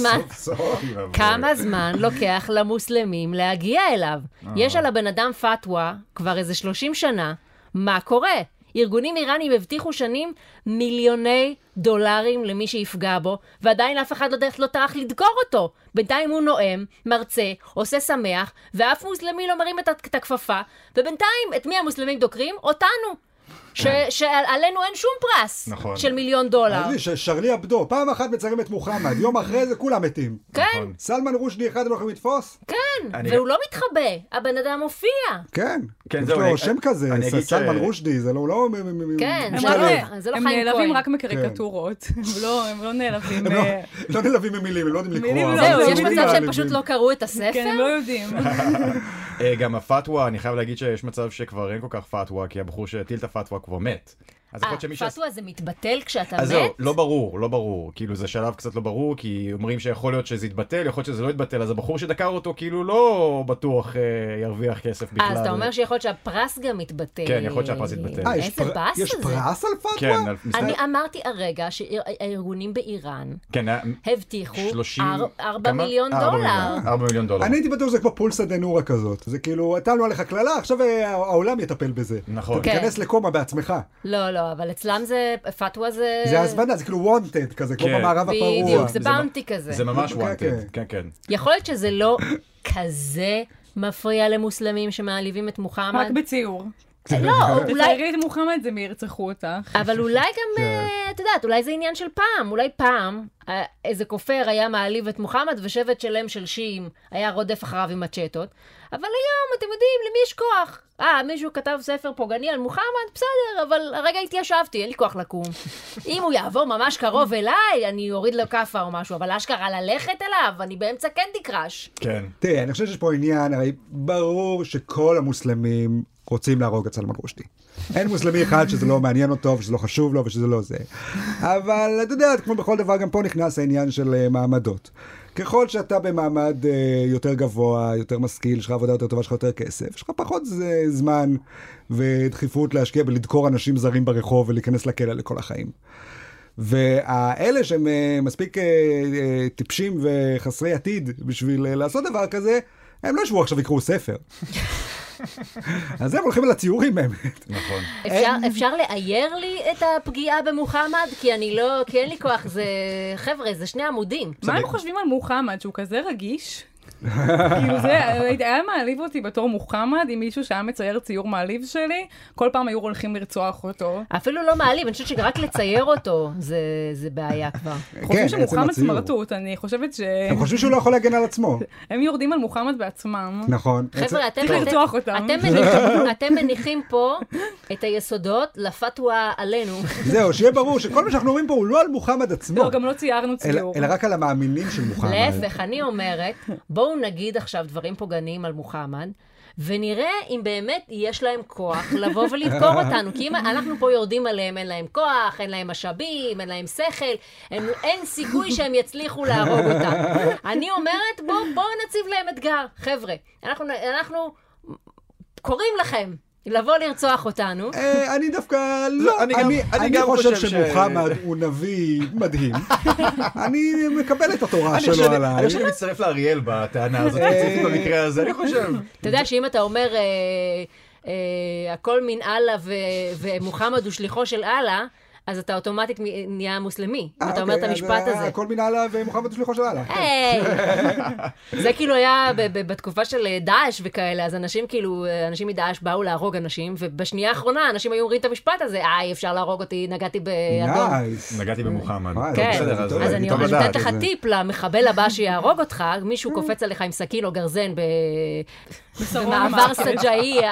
כמה זמן לוקח למוסלמים להגיע אליו? יש על הבן אדם פתווה כבר איזה 30 שנה. מה קורה? ארגונים איראנים הבטיחו שנים מיליוני דולרים למי שיפגע בו, ועדיין אף אחד לא טרח לדקור אותו. בינתיים הוא נואם, מרצה, עושה שמח, ואף מוסלמי לא מרים את הכפפה, ובינתיים את מי המוסלמים דוקרים? אותנו. שעלינו אין שום פרס של $1,000,000. שרלי אבדו, פעם אחת מציירים את מוחמד, יום אחרי זה כולם מתים. כן. סלמן רושדי אחד הם יכולים לתפוס? כן, והוא לא מתחבא, הבן אדם מופיע. כן, יש לו שם כזה, סלמן רושדי, זה לא... כן, זה לא חיים כהן. הם נעלבים רק מקריקטורות, הם לא נעלבים... לא נעלבים ממילים, הם לא יודעים לקרוא. זהו, יש מצב שהם פשוט לא קראו את הספר? כן, הם לא יודעים. גם הפתווה, אני חייב להגיד שיש מצב שכבר אין כל כך פתווה, כי הבחור שהטיל את הפתווה כבר מת. פתווה זה מתבטל כשאתה מת? אז זהו, לא ברור. כאילו זה שלב קצת לא ברור, כי אומרים שיכול להיות שזה יתבטל, יכול להיות שזה לא יתבטל, אז הבחור שדקר אותו כאילו לא בטוח ירוויח כסף בכלל. אז אתה אומר שיכול להיות שהפרס גם מתבטל. כן, יכול להיות שהפרס יתבטל. איזה באס הזה. יש פרס על פתווה? כן. אני אמרתי הרגע שהארגונים באיראן הבטיחו $4 מיליון. $4 מיליון. אני הייתי בטוח שזה כמו פולסא דנורא כזאת. זה כאילו, הטלנו עליך כללה, עכשיו העולם יטפל בזה. נכון. אתה תיכנס לקומה בעצמך. לא, אבל אצלם זה, פתווה זה... זה הזמנה, זה כאילו וונטד כזה, כמו במערב הפרוע. בדיוק, זה באונטי כזה. זה ממש וונטד, כן. יכול להיות שזה לא כזה מפריע למוסלמים שמעליבים את מוחמד? רק בציור. לא, אולי... תציירי את מוחמד, זה מירצחו אותך. אבל אולי גם, את יודעת, אולי זה עניין של פעם. אולי פעם איזה כופר היה מעליב את מוחמד ושבט שלם של שיעים היה רודף אחריו עם מצ'טות. אבל היום, אתם יודעים, למי יש כוח? מישהו כתב ספר פוגעני על מוחמד? בסדר, אבל הרגע התיישבתי, אין לי כוח לקום. אם הוא יעבור ממש קרוב אליי, אני אוריד לו כפה או משהו, אבל אשכרה ללכת אליו, אני באמצע קנדי קראש. כן. תראה, אני חושב שיש פה עניין, הרי ברור שכל המוסלמים רוצים להרוג את סלמן רושדי. אין מוסלמי אחד שזה לא מעניין אותו, ושזה לא חשוב לו, ושזה לא זה. אבל אתה יודע, כמו בכל דבר, גם פה נכנס העניין של מעמדות. ככל שאתה במעמד יותר גבוה, יותר משכיל, יש לך עבודה יותר טובה, יש לך יותר כסף, יש לך פחות זמן ודחיפות להשקיע בלדקור אנשים זרים ברחוב ולהיכנס לכלא לכל החיים. והאלה שהם מספיק טיפשים וחסרי עתיד בשביל לעשות דבר כזה, הם לא ישבו עכשיו יקראו ספר. אז הם הולכים על הציורים באמת. נכון. אפשר לאייר לי את הפגיעה במוחמד? כי אין לי כוח, חבר'ה, זה 2 עמודים. מה הם חושבים על מוחמד, שהוא כזה רגיש? כאילו זה, היה מעליב אותי בתור מוחמד, עם מישהו שהיה מצייר ציור מעליב שלי, כל פעם היו הולכים לרצוח אותו. אפילו לא מעליב, אני חושבת שרק לצייר אותו, זה בעיה כבר. חושבים שמוחמד סמרטוט, אני חושבת ש... הם חושבים שהוא לא יכול להגן על עצמו. הם יורדים על מוחמד בעצמם. נכון. חבר'ה, צריך לרצוח אותם. אתם מניחים פה את היסודות לפתווה עלינו. זהו, שיהיה ברור שכל מה שאנחנו אומרים פה הוא לא על מוחמד עצמו. לא, גם לא ציירנו ציור. אלא רק על המאמינים של מוחמד. להפך, אני אומרת, בואו נגיד עכשיו דברים פוגעניים על מוחמד, ונראה אם באמת יש להם כוח לבוא ולדקור אותנו. כי אם אנחנו פה יורדים עליהם, אין להם כוח, אין להם משאבים, אין להם שכל, אין סיכוי שהם יצליחו להרוג אותם. אני אומרת, בואו נציב להם אתגר. חבר'ה, אנחנו קוראים לכם לבוא לרצוח אותנו. אני דווקא לא, אני חושב שמוחמד הוא נביא מדהים. אני מקבל את התורה שלו עליי. אני חושב שאני מצטרף לאריאל בטענה הזאת, ספציפית במקרה הזה, אני חושב. אתה יודע שאם אתה אומר הכל מן אללה ומוחמד הוא שליחו של אללה, אז אתה אוטומטית נהיה מוסלמי. אתה אומר את המשפט הזה. הכל מן אללה ומוחמד הוא שליחו של אללה. זה כאילו היה בתקופה של דאעש וכאלה, אז אנשים מדאעש באו להרוג אנשים, ובשנייה האחרונה אנשים היו אומרים את המשפט הזה, אפשר להרוג אותי, נגעתי באדום. נגעתי במוחמד. כן, אז אני נותנת לך טיפ למחבל הבא שיהרוג אותך, מישהו קופץ עליך עם סכין או גרזן במעבר סג'איה.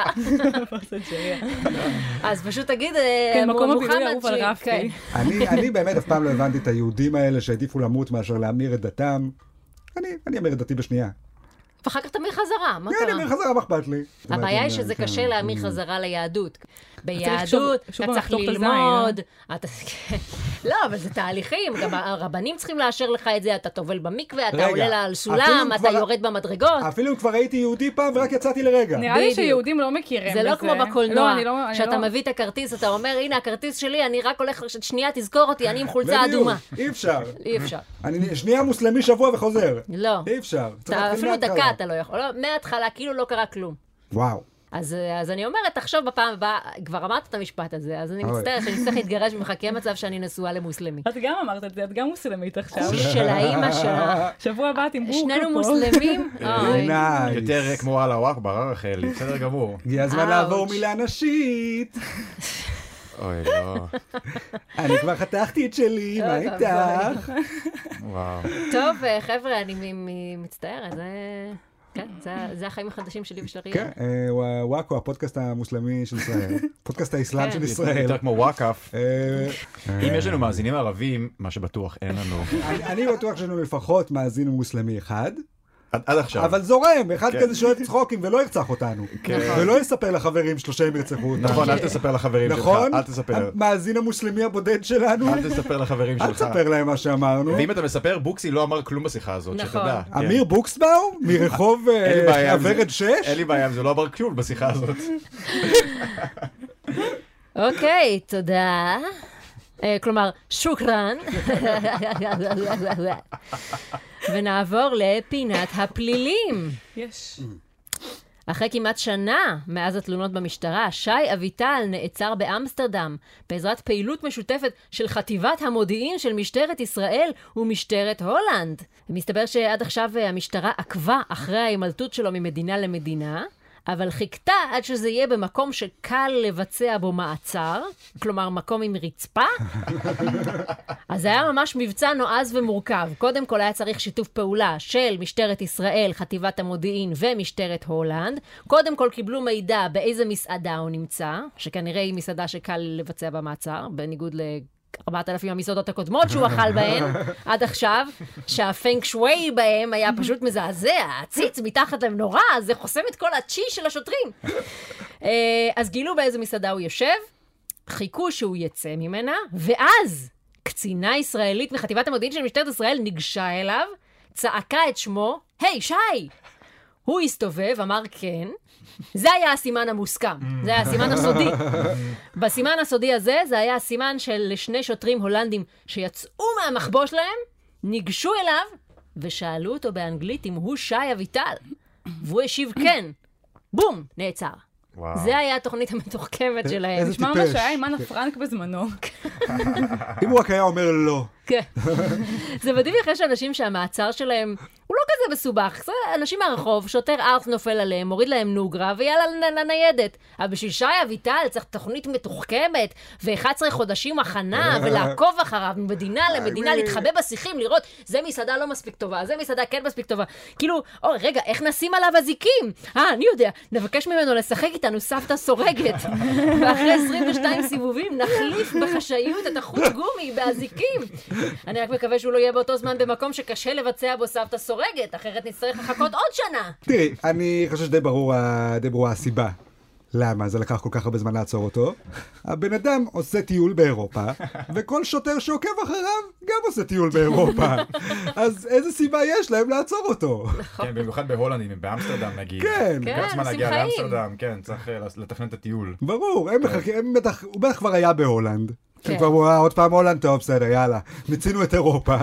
אז פשוט תגיד, מוחמד אני באמת אף פעם לא הבנתי את היהודים האלה שהעדיפו למות מאשר להמיר את דתם. אני אמיר את דתי בשנייה. ואחר כך תמיר חזרה, מה קרה? כן, אמיר חזרה, מה אכפת לי? הבעיה היא שזה קשה להמיר חזרה ליהדות. ביהדות, אתה צריך ללמוד. לא, אבל זה תהליכים, גם הרבנים צריכים לאשר לך את זה, אתה טובל במקווה, אתה עולה על סולם, אתה יורד במדרגות. אפילו אם כבר הייתי יהודי פעם ורק יצאתי לרגע. נראה לי שיהודים לא מכירים בזה. זה לא כמו בקולנוע, שאתה מביא את הכרטיס, אתה אומר, הנה הכרטיס שלי, אני רק הולך שנייה, תזכור אותי, אני עם חולצה אדומה. אי אפשר. אי אפשר. אני שנייה מוסלמי שבוע וחוזר. לא. אי אפשר. אפילו דקה אתה לא יכול. מההתחלה, כאילו לא קרה כלום. וואו. אז אני אומרת, תחשוב בפעם הבאה, כבר אמרת את המשפט הזה, אז אני מצטערת שאני צריך להתגרש ומחכה מצב שאני נשואה למוסלמי. את גם אמרת את זה, את גם מוסלמית עכשיו. של האמא שלה. שבוע הבא תמבורקה פה. שנינו מוסלמים. יותר כמו אללה וואכבר, רחל, בסדר גמור. הגיע הזמן לעבור מילה נשית. אוי, לא. אני כבר חתכתי את שלי, מה איתך? וואו. טוב, חבר'ה, אני מצטערת, כן, זה החיים החדשים שלי ושל אריאל. כן, וואקו, הפודקאסט המוסלמי של ישראל. פודקאסט האסלאם של ישראל. יותר כמו וואקף. אם יש לנו מאזינים ערבים, מה שבטוח אין לנו. אני בטוח שיש לנו לפחות מאזין מוסלמי אחד. עד עכשיו. אבל זורם, אחד כזה שואל צחוקים ולא ירצח אותנו. ולא יספר לחברים שלו שהם ירצחו אותנו. נכון, אל תספר לחברים שלך. נכון? אל תספר. המאזין המוסלמי הבודד שלנו. אל תספר לחברים שלך. אל תספר להם מה שאמרנו. ואם אתה מספר, בוקסי לא אמר כלום בשיחה הזאת, שתדע. אמיר בוקסבאום? מרחוב הוורד 6? אין לי בעיה, זה לא אמר כלום בשיחה הזאת. אוקיי, תודה. כלומר, שוקרן. ונעבור לפינת הפלילים. יש. אחרי כמעט שנה מאז התלונות במשטרה, שי אביטל נעצר באמסטרדם בעזרת פעילות משותפת של חטיבת המודיעין של משטרת ישראל ומשטרת הולנד. ומסתבר שעד עכשיו המשטרה עקבה אחרי ההימלטות שלו ממדינה למדינה, אבל חיכתה עד שזה יהיה במקום שקל לבצע בו מעצר, כלומר מקום עם רצפה. אז זה היה ממש מבצע נועז ומורכב. קודם כל היה צריך שיתוף פעולה של משטרת ישראל, חטיבת המודיעין ומשטרת הולנד. קודם כל קיבלו מידע באיזה מסעדה הוא נמצא, שכנראה היא מסעדה שקל לבצע במעצר, בניגוד 4,000 המסעדות הקודמות שהוא אכל בהן עד עכשיו, שהפנק שווי בהם היה פשוט מזעזע, הציץ מתחת להם נורא, זה חוסם את כל הצ'י של השוטרים. אז גילו באיזה מסעדה הוא יושב, חיכו שהוא יצא ממנה, ואז קצינה ישראלית מחטיבת המודיעין של משטרת ישראל ניגשה אליו, צעקה את שמו, היי, שי! הוא הסתובב, אמר כן, זה היה הסימן המוסכם, זה היה הסימן הסודי. בסימן הסודי הזה, זה היה הסימן של שני שוטרים הולנדים שיצאו מהמחבוא שלהם, ניגשו אליו ושאלו אותו באנגלית אם הוא שי אביטל. והוא השיב כן. בום, נעצר. וואו. זה היה התוכנית המתוחכמת שלהם. נשמע מה שהיה עם אנה פרנק בזמנו. אם הוא רק היה אומר לא. כן. זה מדהים אחרי שאנשים שהמעצר שלהם הוא לא כזה מסובך. זה אנשים מהרחוב, שוטר ארט נופל עליהם, מוריד להם נוגרה ויאללה לניידת. אבל בשביל שי אביטל צריך תוכנית מתוחכמת ו11 חודשים הכנה ולעקוב אחריו ממדינה למדינה, להתחבא בשיחים, לראות זה מסעדה לא מספיק טובה, זה מסעדה כן מספיק טובה. כאילו, רגע, איך נשים עליו הזיקים? אני יודע, נבקש ממנו לשחק איתנו סבתא סורגת. ואחרי 22 סיבובים נחליף בחשאיות את החוט גומי באזיקים. אני רק מקווה שהוא לא יהיה באותו זמן במקום שקשה לבצע בו סבתא סורגת, אחרת נצטרך לחכות עוד שנה. תראי, אני חושב שדי ברורה הסיבה. למה? זה לקח כל כך הרבה זמן לעצור אותו. הבן אדם עושה טיול באירופה, וכל שוטר שעוקב אחריו גם עושה טיול באירופה. אז איזה סיבה יש להם לעצור אותו? כן, במיוחד בהולנד, אם באמסטרדם נגיד. כן. גם זמן להגיע לאמסטרדם, כן, צריך לתכנן את הטיול. ברור, הוא בטח כבר היה בהולנד. הם כבר אמרו, עוד פעם הולנד, טוב, בסדר, יאללה. מיצינו את אירופה.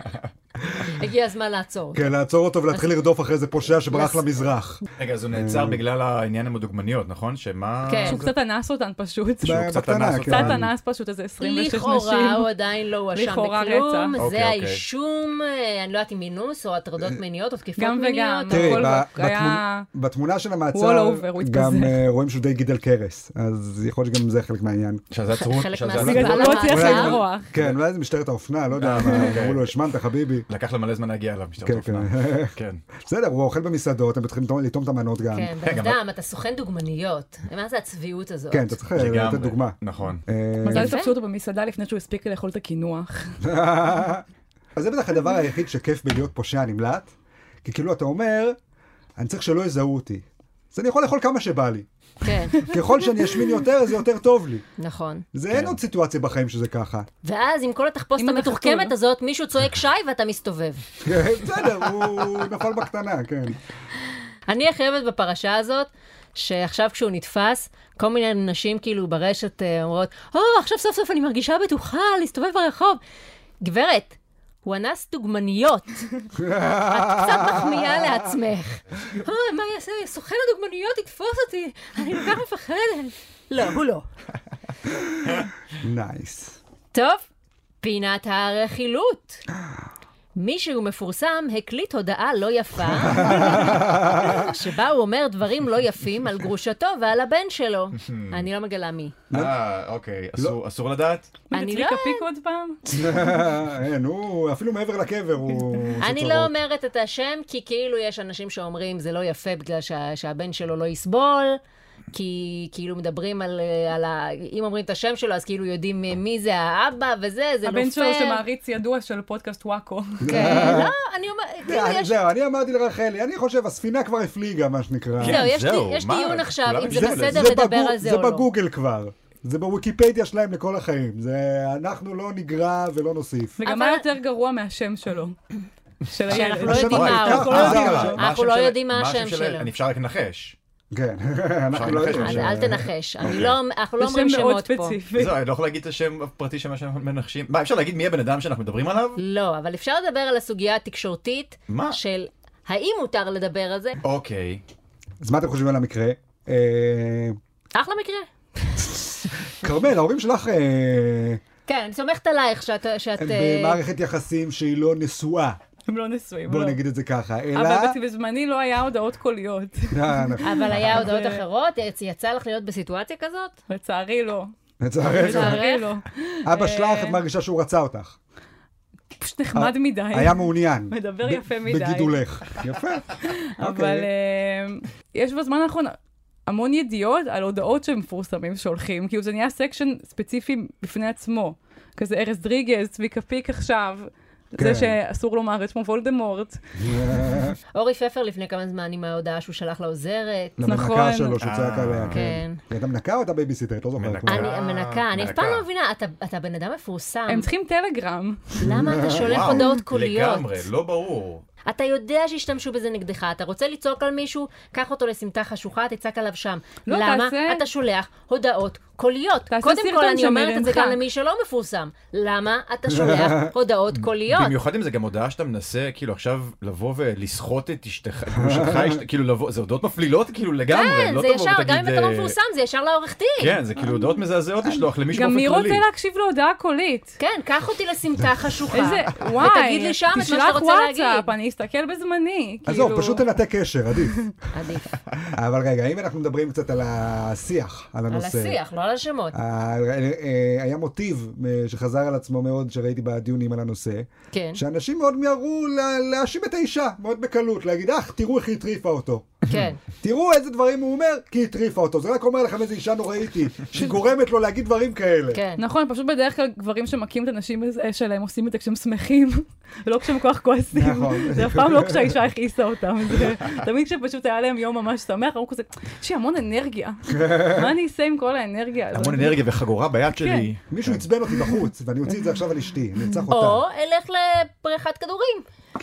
הגיע הזמן לעצור. כן, לעצור אותו ולהתחיל לרדוף אחרי איזה פושע שברח למזרח. רגע, אז הוא נעצר בגלל העניין עם הדוגמניות, נכון? שהוא קצת אנס אותן פשוט. שהוא קצת אנס פשוט איזה 26 נשים. לכאורה הוא עדיין לא הואשם בכלום. זה האישום, אני לא יודעת אם מינוס או הטרדות מיניות או תקיפות מיניות. תראי, בתמונה של המעצר גם רואים שהוא די גידל קרס. אז יכול להיות שגם זה חלק מהעניין. חלק לא הצליח לברוח. כן, אולי זה משטרת האופנה, לא יודע, אמרו לו, השמנת חביבי. לקח למלא זמן להגיע אליו, משטרת האופנה. כן. בסדר, הוא אוכל במסעדות, הם מתחילים לטום את המנות גם. כן, בנדם, אתה סוכן דוגמניות. מה זה הצביעות הזאת? כן, אתה צריך לתת דוגמה. נכון. מזל תפסו אותו במסעדה לפני שהוא הספיק לאכול את הקינוח. אז זה בטח הדבר היחיד שכיף בלהיות פושע נמלט, כי כאילו אתה אומר, אני צריך שלא יזהו אותי. אז אני יכול לאכול כמה שבא לי. כן. ככל שאני אשמין יותר, זה יותר טוב לי. נכון. זה אין עוד סיטואציה בחיים שזה ככה. ואז עם כל התחפושת המתוחכמת הזאת, מישהו צועק שי ואתה מסתובב. בסדר, הוא נפל בקטנה, כן. אני חייבת בפרשה הזאת, שעכשיו כשהוא נתפס, כל מיני נשים כאילו ברשת אומרות, עכשיו סוף סוף אני מרגישה בטוחה להסתובב ברחוב. גברת, הוא אנס דוגמניות. את קצת מחמיאה לעצמך. מה יעשה? סוכן הדוגמניות יתפוס אותי. אני כל כך מפחדת. לא, הוא לא. נייס. טוב, פינת הרכילות. מישהו מפורסם הקליט הודעה לא יפה, שבה הוא אומר דברים לא יפים על גרושתו ועל הבן שלו. אני לא מגלה מי. אוקיי. אסור לדעת? אני לא... קפיק עוד פעם? הוא אפילו מעבר לקבר הוא... אני לא אומרת את השם, כי כאילו יש אנשים שאומרים זה לא יפה בגלל שהבן שלו לא יסבול, כי כאילו מדברים על אם אומרים את השם שלו, אז כאילו יודעים מי זה האבא וזה, זה לא פייר. הבן שלו שמעריץ ידוע של פודקאסט וואקו. כן, לא, אני אומרת... זהו, אני אמרתי לרחלי, אני חושב, הספינה כבר הפליגה, מה שנקרא. זהו, יש דיון עכשיו, אם זה בסדר לדבר על זה או לא. זה בגוגל כבר. זה בוויקיפדיה שלהם לכל החיים. אנחנו לא נגרע ולא נוסיף. וגם מה יותר גרוע מהשם שלו? של הילד. אנחנו לא יודעים מה השם שלו. אני אפשר רק לנחש. כן, אנחנו לא יודעים. אל תנחש, אנחנו לא אומרים שמות פה. זהו, אני לא יכול להגיד את השם הפרטי של מה שאנחנו מנחשים. מה, אפשר להגיד מי הבן אדם שאנחנו מדברים עליו? לא, אבל אפשר לדבר על הסוגיה התקשורתית של האם מותר לדבר על זה. אוקיי. אז מה אתם חושבים על המקרה? אחלה מקרה. קרמל, ההורים שלך... כן, אני סומכת עלייך שאת... במערכת יחסים שהיא לא נשואה. הם לא נשואים. בוא נגיד את זה ככה, אלא... אבל בזמני לא היה הודעות קוליות. אבל היה הודעות אחרות? יצא לך להיות בסיטואציה כזאת? לצערי לא. לצערי לא. אבא שלך, את מרגישה שהוא רצה אותך. פשוט נחמד מדי. היה מעוניין. מדבר יפה מדי. בגידולך. יפה. אבל יש בזמן האחרון המון ידיעות על הודעות שמפורסמים שהולכים, כאילו זה נהיה סקשן ספציפי בפני עצמו. כזה ארז דריגז, צביקה פיק עכשיו. זה שאסור לומר את שמו וולדמורט. אורי פפר לפני כמה זמן עם ההודעה שהוא שלח לעוזרת. למנקה שלו שהוא צעק עליה. כן. אתה מנקה או אתה בייביסיטר? לא זוכר. אני מנקה. אני אף פעם לא מבינה, אתה בן אדם מפורסם. הם צריכים טלגרם. למה אתה שולח הודעות קוליות? לגמרי, לא ברור. אתה יודע שישתמשו בזה נגדך, אתה רוצה לצעוק על מישהו, קח אותו לסמטה חשוכה, תצעק עליו שם. למה אתה שולח הודעות קוליות? קודם כל אני אומרת את זה גם למי שלא מפורסם. למה אתה שולח הודעות קוליות? במיוחד אם זה גם הודעה שאתה מנסה, כאילו עכשיו לבוא ולסחוט את אשתך, כאילו לבוא, זה הודעות מפלילות כאילו לגמרי. כן, זה ישר, גם אם אתה לא מפורסם, זה ישר לעורך דין. כן, זה כאילו הודעות מזעזעות לשלוח למישהו באופן כללי. גם מי רוצה להקשיב להודעה קולית? כן, קח אותי לסמטה חשוכה. וואי, ותגיד לי שם את מה שאתה רוצה להגיד. אני אסתכל בזמני. עזוב, פשוט תנתק קשר, עדיף. עדיף. אבל רגע, אם אנחנו מדברים קצת על השיח, על הנושא. על השיח, לא על השמות. היה מוטיב שחזר על עצמו מאוד, שראיתי בדיונים על הנושא, כן. שאנשים מאוד מיהרו להאשים את האישה, מאוד בקלות, להגיד, תראו איך היא הטריפה אותו. כן. תראו איזה דברים הוא אומר, כי היא הטריפה אותו. זה רק אומר לכם איזה אישה נוראית היא, שגורמת לו להגיד דברים כאלה. כן. נכון, פשוט בדרך כלל גברים שמכים את הנשים שלהם עושים את זה כשהם שמחים, ולא כשהם כל כך כועסים. נכון. זה אף פעם לא כשהאישה הכעיסה אותם. תמיד כשפשוט היה להם יום ממש שמח, אמרו כזה, יש לי המון אנרגיה. מה אני אעשה עם כל האנרגיה? המון אנרגיה וחגורה ביד שלי. מישהו עצבן אותי בחוץ, ואני אוציא את זה עכשיו על אשתי, אני אצח אותה. או אלך לפריחת כדורים.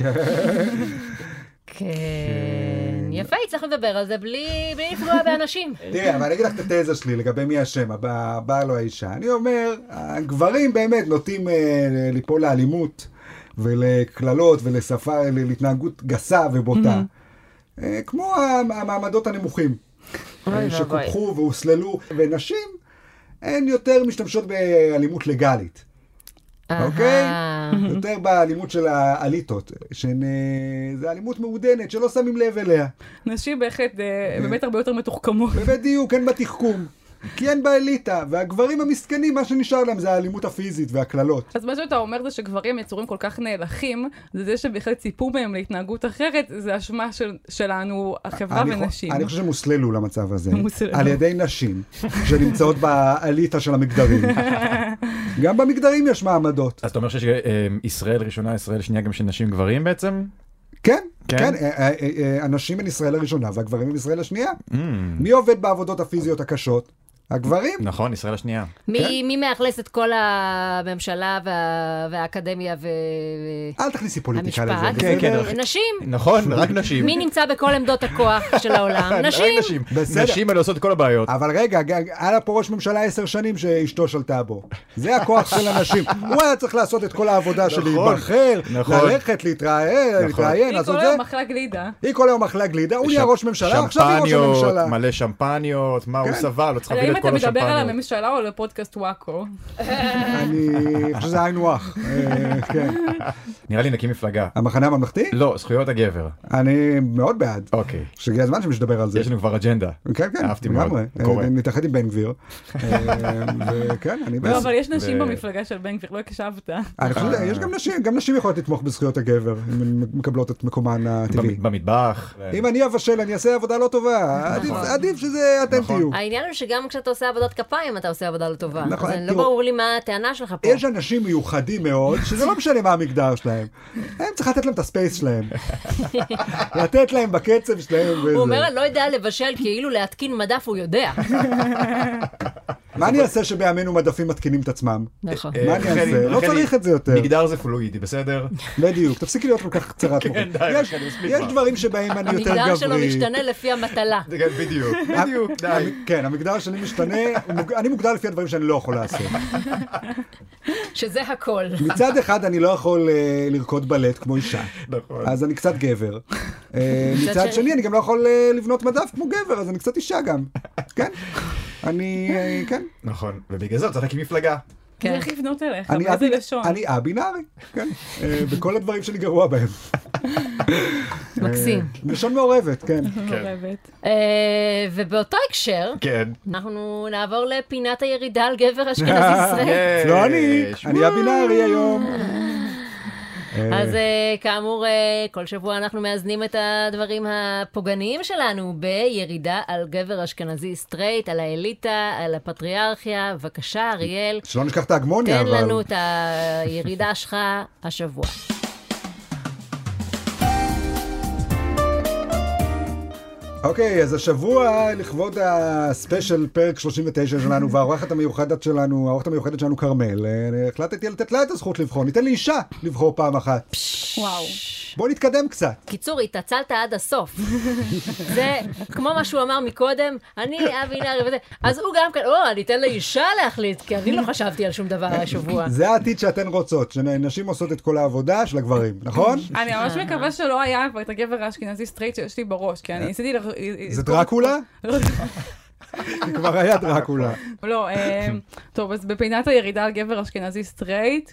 כן. יפה, צריך לדבר על זה בלי לפגוע באנשים. תראה, אבל אני אגיד לך את התזה שלי לגבי מי השם, הבעל או האישה. אני אומר, הגברים באמת נוטים ליפול לאלימות ולכללות ולשפה, להתנהגות גסה ובוטה. כמו המעמדות הנמוכים, שקופחו והוסללו, ונשים הן יותר משתמשות באלימות לגלית. אוקיי? יותר באלימות של האליטות, שזה אלימות מעודנת, שלא שמים לב אליה. נשים באמת הרבה יותר מתוחכמות. בדיוק, אין בתחכום. כי אין באליטה, והגברים המסכנים, מה שנשאר להם זה האלימות הפיזית והכללות. אז מה שאתה אומר זה שגברים יצורים כל כך נאלחים, זה שבכלל ציפו מהם להתנהגות אחרת, זה אשמה שלנו, החברה ונשים. אני חושב שהם הוסללו למצב הזה, על ידי נשים, שנמצאות באליטה של המגדרים. גם במגדרים יש מעמדות. אז אתה אומר שיש ישראל ראשונה, ישראל שנייה, גם של נשים גברים בעצם? כן, כן, הנשים הן ישראל הראשונה והגברים הם ישראל השנייה. מי עובד בעבודות הפיזיות הקשות? הגברים. נכון, ישראל השנייה. מי מאכלס את כל הממשלה והאקדמיה אל תכניסי פוליטיקה לזה. כן, כן. נשים. נכון, רק נשים. מי נמצא בכל עמדות הכוח של העולם? נשים. נשים אלה עושות את כל הבעיות. אבל רגע, היה פה ראש ממשלה 10 שנים שאשתו שלטה בו. זה הכוח של הנשים. הוא היה צריך לעשות את כל העבודה של להיבחר, ללכת, להתראיין. היא כל היום אכלה גלידה. היא כל היום אכלה גלידה, הוא נהיה ראש ממשלה, עכשיו היא ראש הממשלה. מלא שמפניות, מה הוא סבל, לא צריך להביא האם את כל אתה מדבר על השמפניות. הממשלה או לפודקאסט וואקו? אני חושב שזה היינו הך. כן. נראה לי נקים מפלגה. המחנה הממלכתי? לא, זכויות הגבר. אני מאוד בעד. אוקיי. שהגיע הזמן שנדבר על זה. יש לנו כבר אג'נדה. כן, כן, אהבתי מאוד. לגמרי. קורא. נתאחד עם בן גביר. וכן, אני לא, בעד. אבל יש נשים במפלגה של בן גביר, לא הקשבת. אני חושב, יש גם נשים יכולות לתמוך בזכויות הגבר, אם הן מקבלות את מקומן הטבעי. במטבח. אם אני אבשל, אני אעשה עבודה לא טובה. עדיף שזה אתם תהיו. העניין הוא שגם כשאתה עושה עבודת כפיים, אתה עושה עבודה לא טובה. נכון, אז לא תראו, ברור לי מה הטענה שלך פה. יש אנשים מיוחדים מאוד, שזה לא משנה מה המגדר שלהם. הם צריך לתת להם את הספייס שלהם. לתת להם בקצב שלהם וזה. הוא אומר, אני לא יודע לבשל, כאילו להתקין מדף הוא יודע. מה אני אעשה שבימינו מדפים מתקינים את עצמם? נכון. מה אני אעשה? לא צריך את זה יותר. מגדר זה פלואידי, בסדר? בדיוק, תפסיקי להיות כל כך קצרת כן, מוחין. די, חני, מספיק יש כבר. דברים שבהם אני יותר גברי. המגדר שלו משתנה לפי המטלה. בדיוק, בדיוק, די. כן, המגדר שלי משתנה, אני מוגדר לפי הדברים שאני לא יכול לעשות. שזה הכל. מצד אחד אני לא יכול לרקוד בלט כמו אישה, נכון. אז אני קצת גבר. מצד שני אני גם לא יכול לבנות מדף כמו גבר, אז אני קצת אישה גם. כן? כן. נכון, ובגלל זה צריך להקים מפלגה. זה איך לבנות אליך, אני באיזה לשון. אני א-בינארי, כן. בכל הדברים שאני גרוע בהם. מקסים. לשון מעורבת, כן. מעורבת. ובאותו הקשר, כן. אנחנו נעבור לפינת הירידה על גבר אשכנזי ישראל. לא אני א-בינארי היום. אז כאמור, כל שבוע אנחנו מאזנים את הדברים הפוגעניים שלנו בירידה על גבר אשכנזי סטרייט, על האליטה, על הפטריארכיה. בבקשה, אריאל, שלא נשכח את ההגמוניה, תן אבל... לנו את הירידה שלך השבוע. אוקיי, אז השבוע לכבוד הספיישל פרק 39 שלנו, והאורחת המיוחדת שלנו, כרמל, החלטתי לתת לה את הזכות לבחור. ניתן לי אישה לבחור פעם אחת. וואו. בוא נתקדם קצת. קיצור, התעצלת עד הסוף. זה כמו מה שהוא אמר מקודם, אני א-בינארי וזה. אז הוא גם כאן, אני אתן לאישה להחליט, כי אני לא חשבתי על שום דבר השבוע. זה העתיד שאתן רוצות, שנשים עושות את כל העבודה של הגברים, נכון? אני ממש מקווה שלא היה כבר את הגבר האשכנזי סטרייט שיש לי בראש, כי אני ניסיתי... זה דרקולה? כבר היה דרקולה. לא, טוב, אז בפינת הירידה על גבר אשכנזי סטרייט,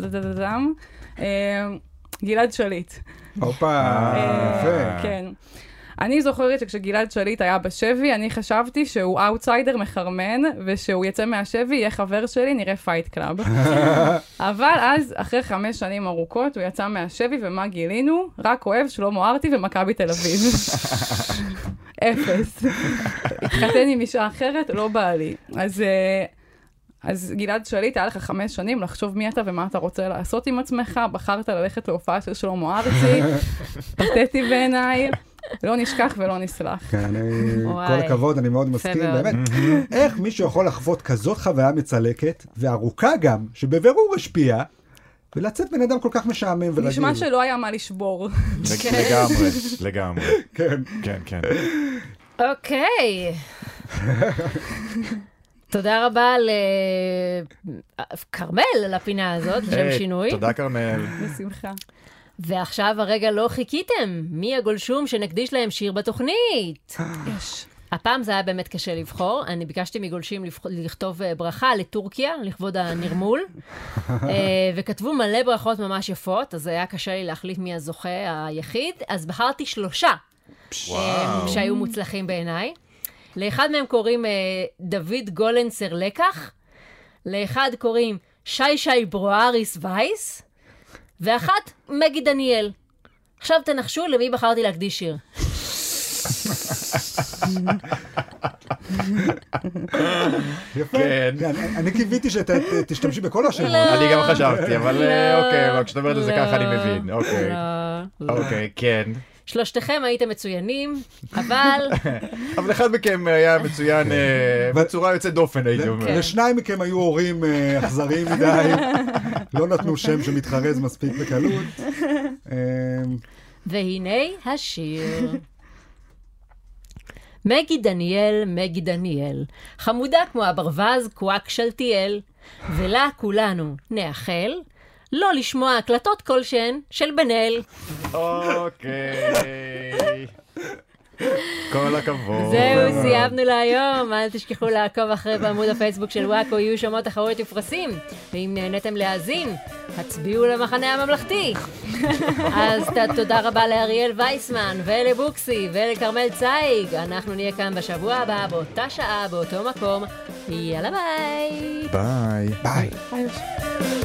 גלעד שליט. הופה, יפה. כן. אני זוכרת שכשגלעד שליט היה בשבי, אני חשבתי שהוא אאוטסיידר מחרמן, ושהוא יצא מהשבי, יהיה חבר שלי, נראה פייט קלאב. אבל אז, אחרי 5 שנים ארוכות, הוא יצא מהשבי, ומה גילינו? רק אוהב שלמה ארצי ומכבי תל אביב. 0. התחתן עם אישה אחרת, לא בא לי. אז גלעד שליט, היה לך 5 שנים לחשוב מי אתה ומה אתה רוצה לעשות עם עצמך, בחרת ללכת להופעה של שלמה ארצי, פתטי בעיניי, לא נשכח ולא נסלח. כן, כל הכבוד, אני מאוד מסכים, באמת. איך מישהו יכול לחוות כזאת חוויה מצלקת, וארוכה גם, שבבירור השפיעה, ולצאת בן אדם כל כך משעמם ורגיל. נשמע שלא היה מה לשבור. לגמרי. כן. כן. אוקיי. תודה רבה לכרמל על הפינה הזאת, לשם שינוי. תודה כרמל. בשמחה. ועכשיו הרגע לא חיכיתם. מי הגולשום שנקדיש להם שיר בתוכנית? יש. הפעם זה היה באמת קשה לבחור. אני ביקשתי מגולשים לכתוב ברכה לטורקיה, לכבוד הנרמול. וכתבו מלא ברכות ממש יפות, אז היה קשה לי להחליט מי הזוכה היחיד. אז בחרתי 3 שהיו מוצלחים בעיניי. לאחד מהם קוראים דוד גולנסר לקח, לאחד קוראים שי ברואריס וייס, ואחת מגי דניאל. עכשיו תנחשו למי בחרתי להקדיש שיר. יפה. אני קיוויתי שתשתמשי בכל השמות. אני גם חשבתי, אבל אוקיי, כשאתה אומרת את זה ככה אני מבין. אוקיי, כן. 3 הייתם מצוינים, אבל... אבל אחד מכם היה מצוין בצורה יוצאת דופן, הייתי אומר. ל2 מכם היו הורים אכזריים מדי, לא נתנו שם שמתחרז מספיק בקלות. והנה השיר. מגי דניאל, חמודה כמו הברווז קוואק שלטיאל, ולה כולנו נאחל לא לשמוע הקלטות כלשהן של בן-אל. אוקיי. כל הכבוד. זהו, סיימנו להיום. אל תשכחו לעקוב אחרי בעמוד הפייסבוק של וואקו, יהיו שמות תחרויות ופרסים. ואם נהניתם להאזין, הצביעו למחנה הממלכתי. אז תודה רבה לאריאל וייסמן, ולבוקסי, ולקרמל צייג. אנחנו נהיה כאן בשבוע הבא, באותה שעה, באותו מקום. יאללה ביי. ביי. ביי. ביי.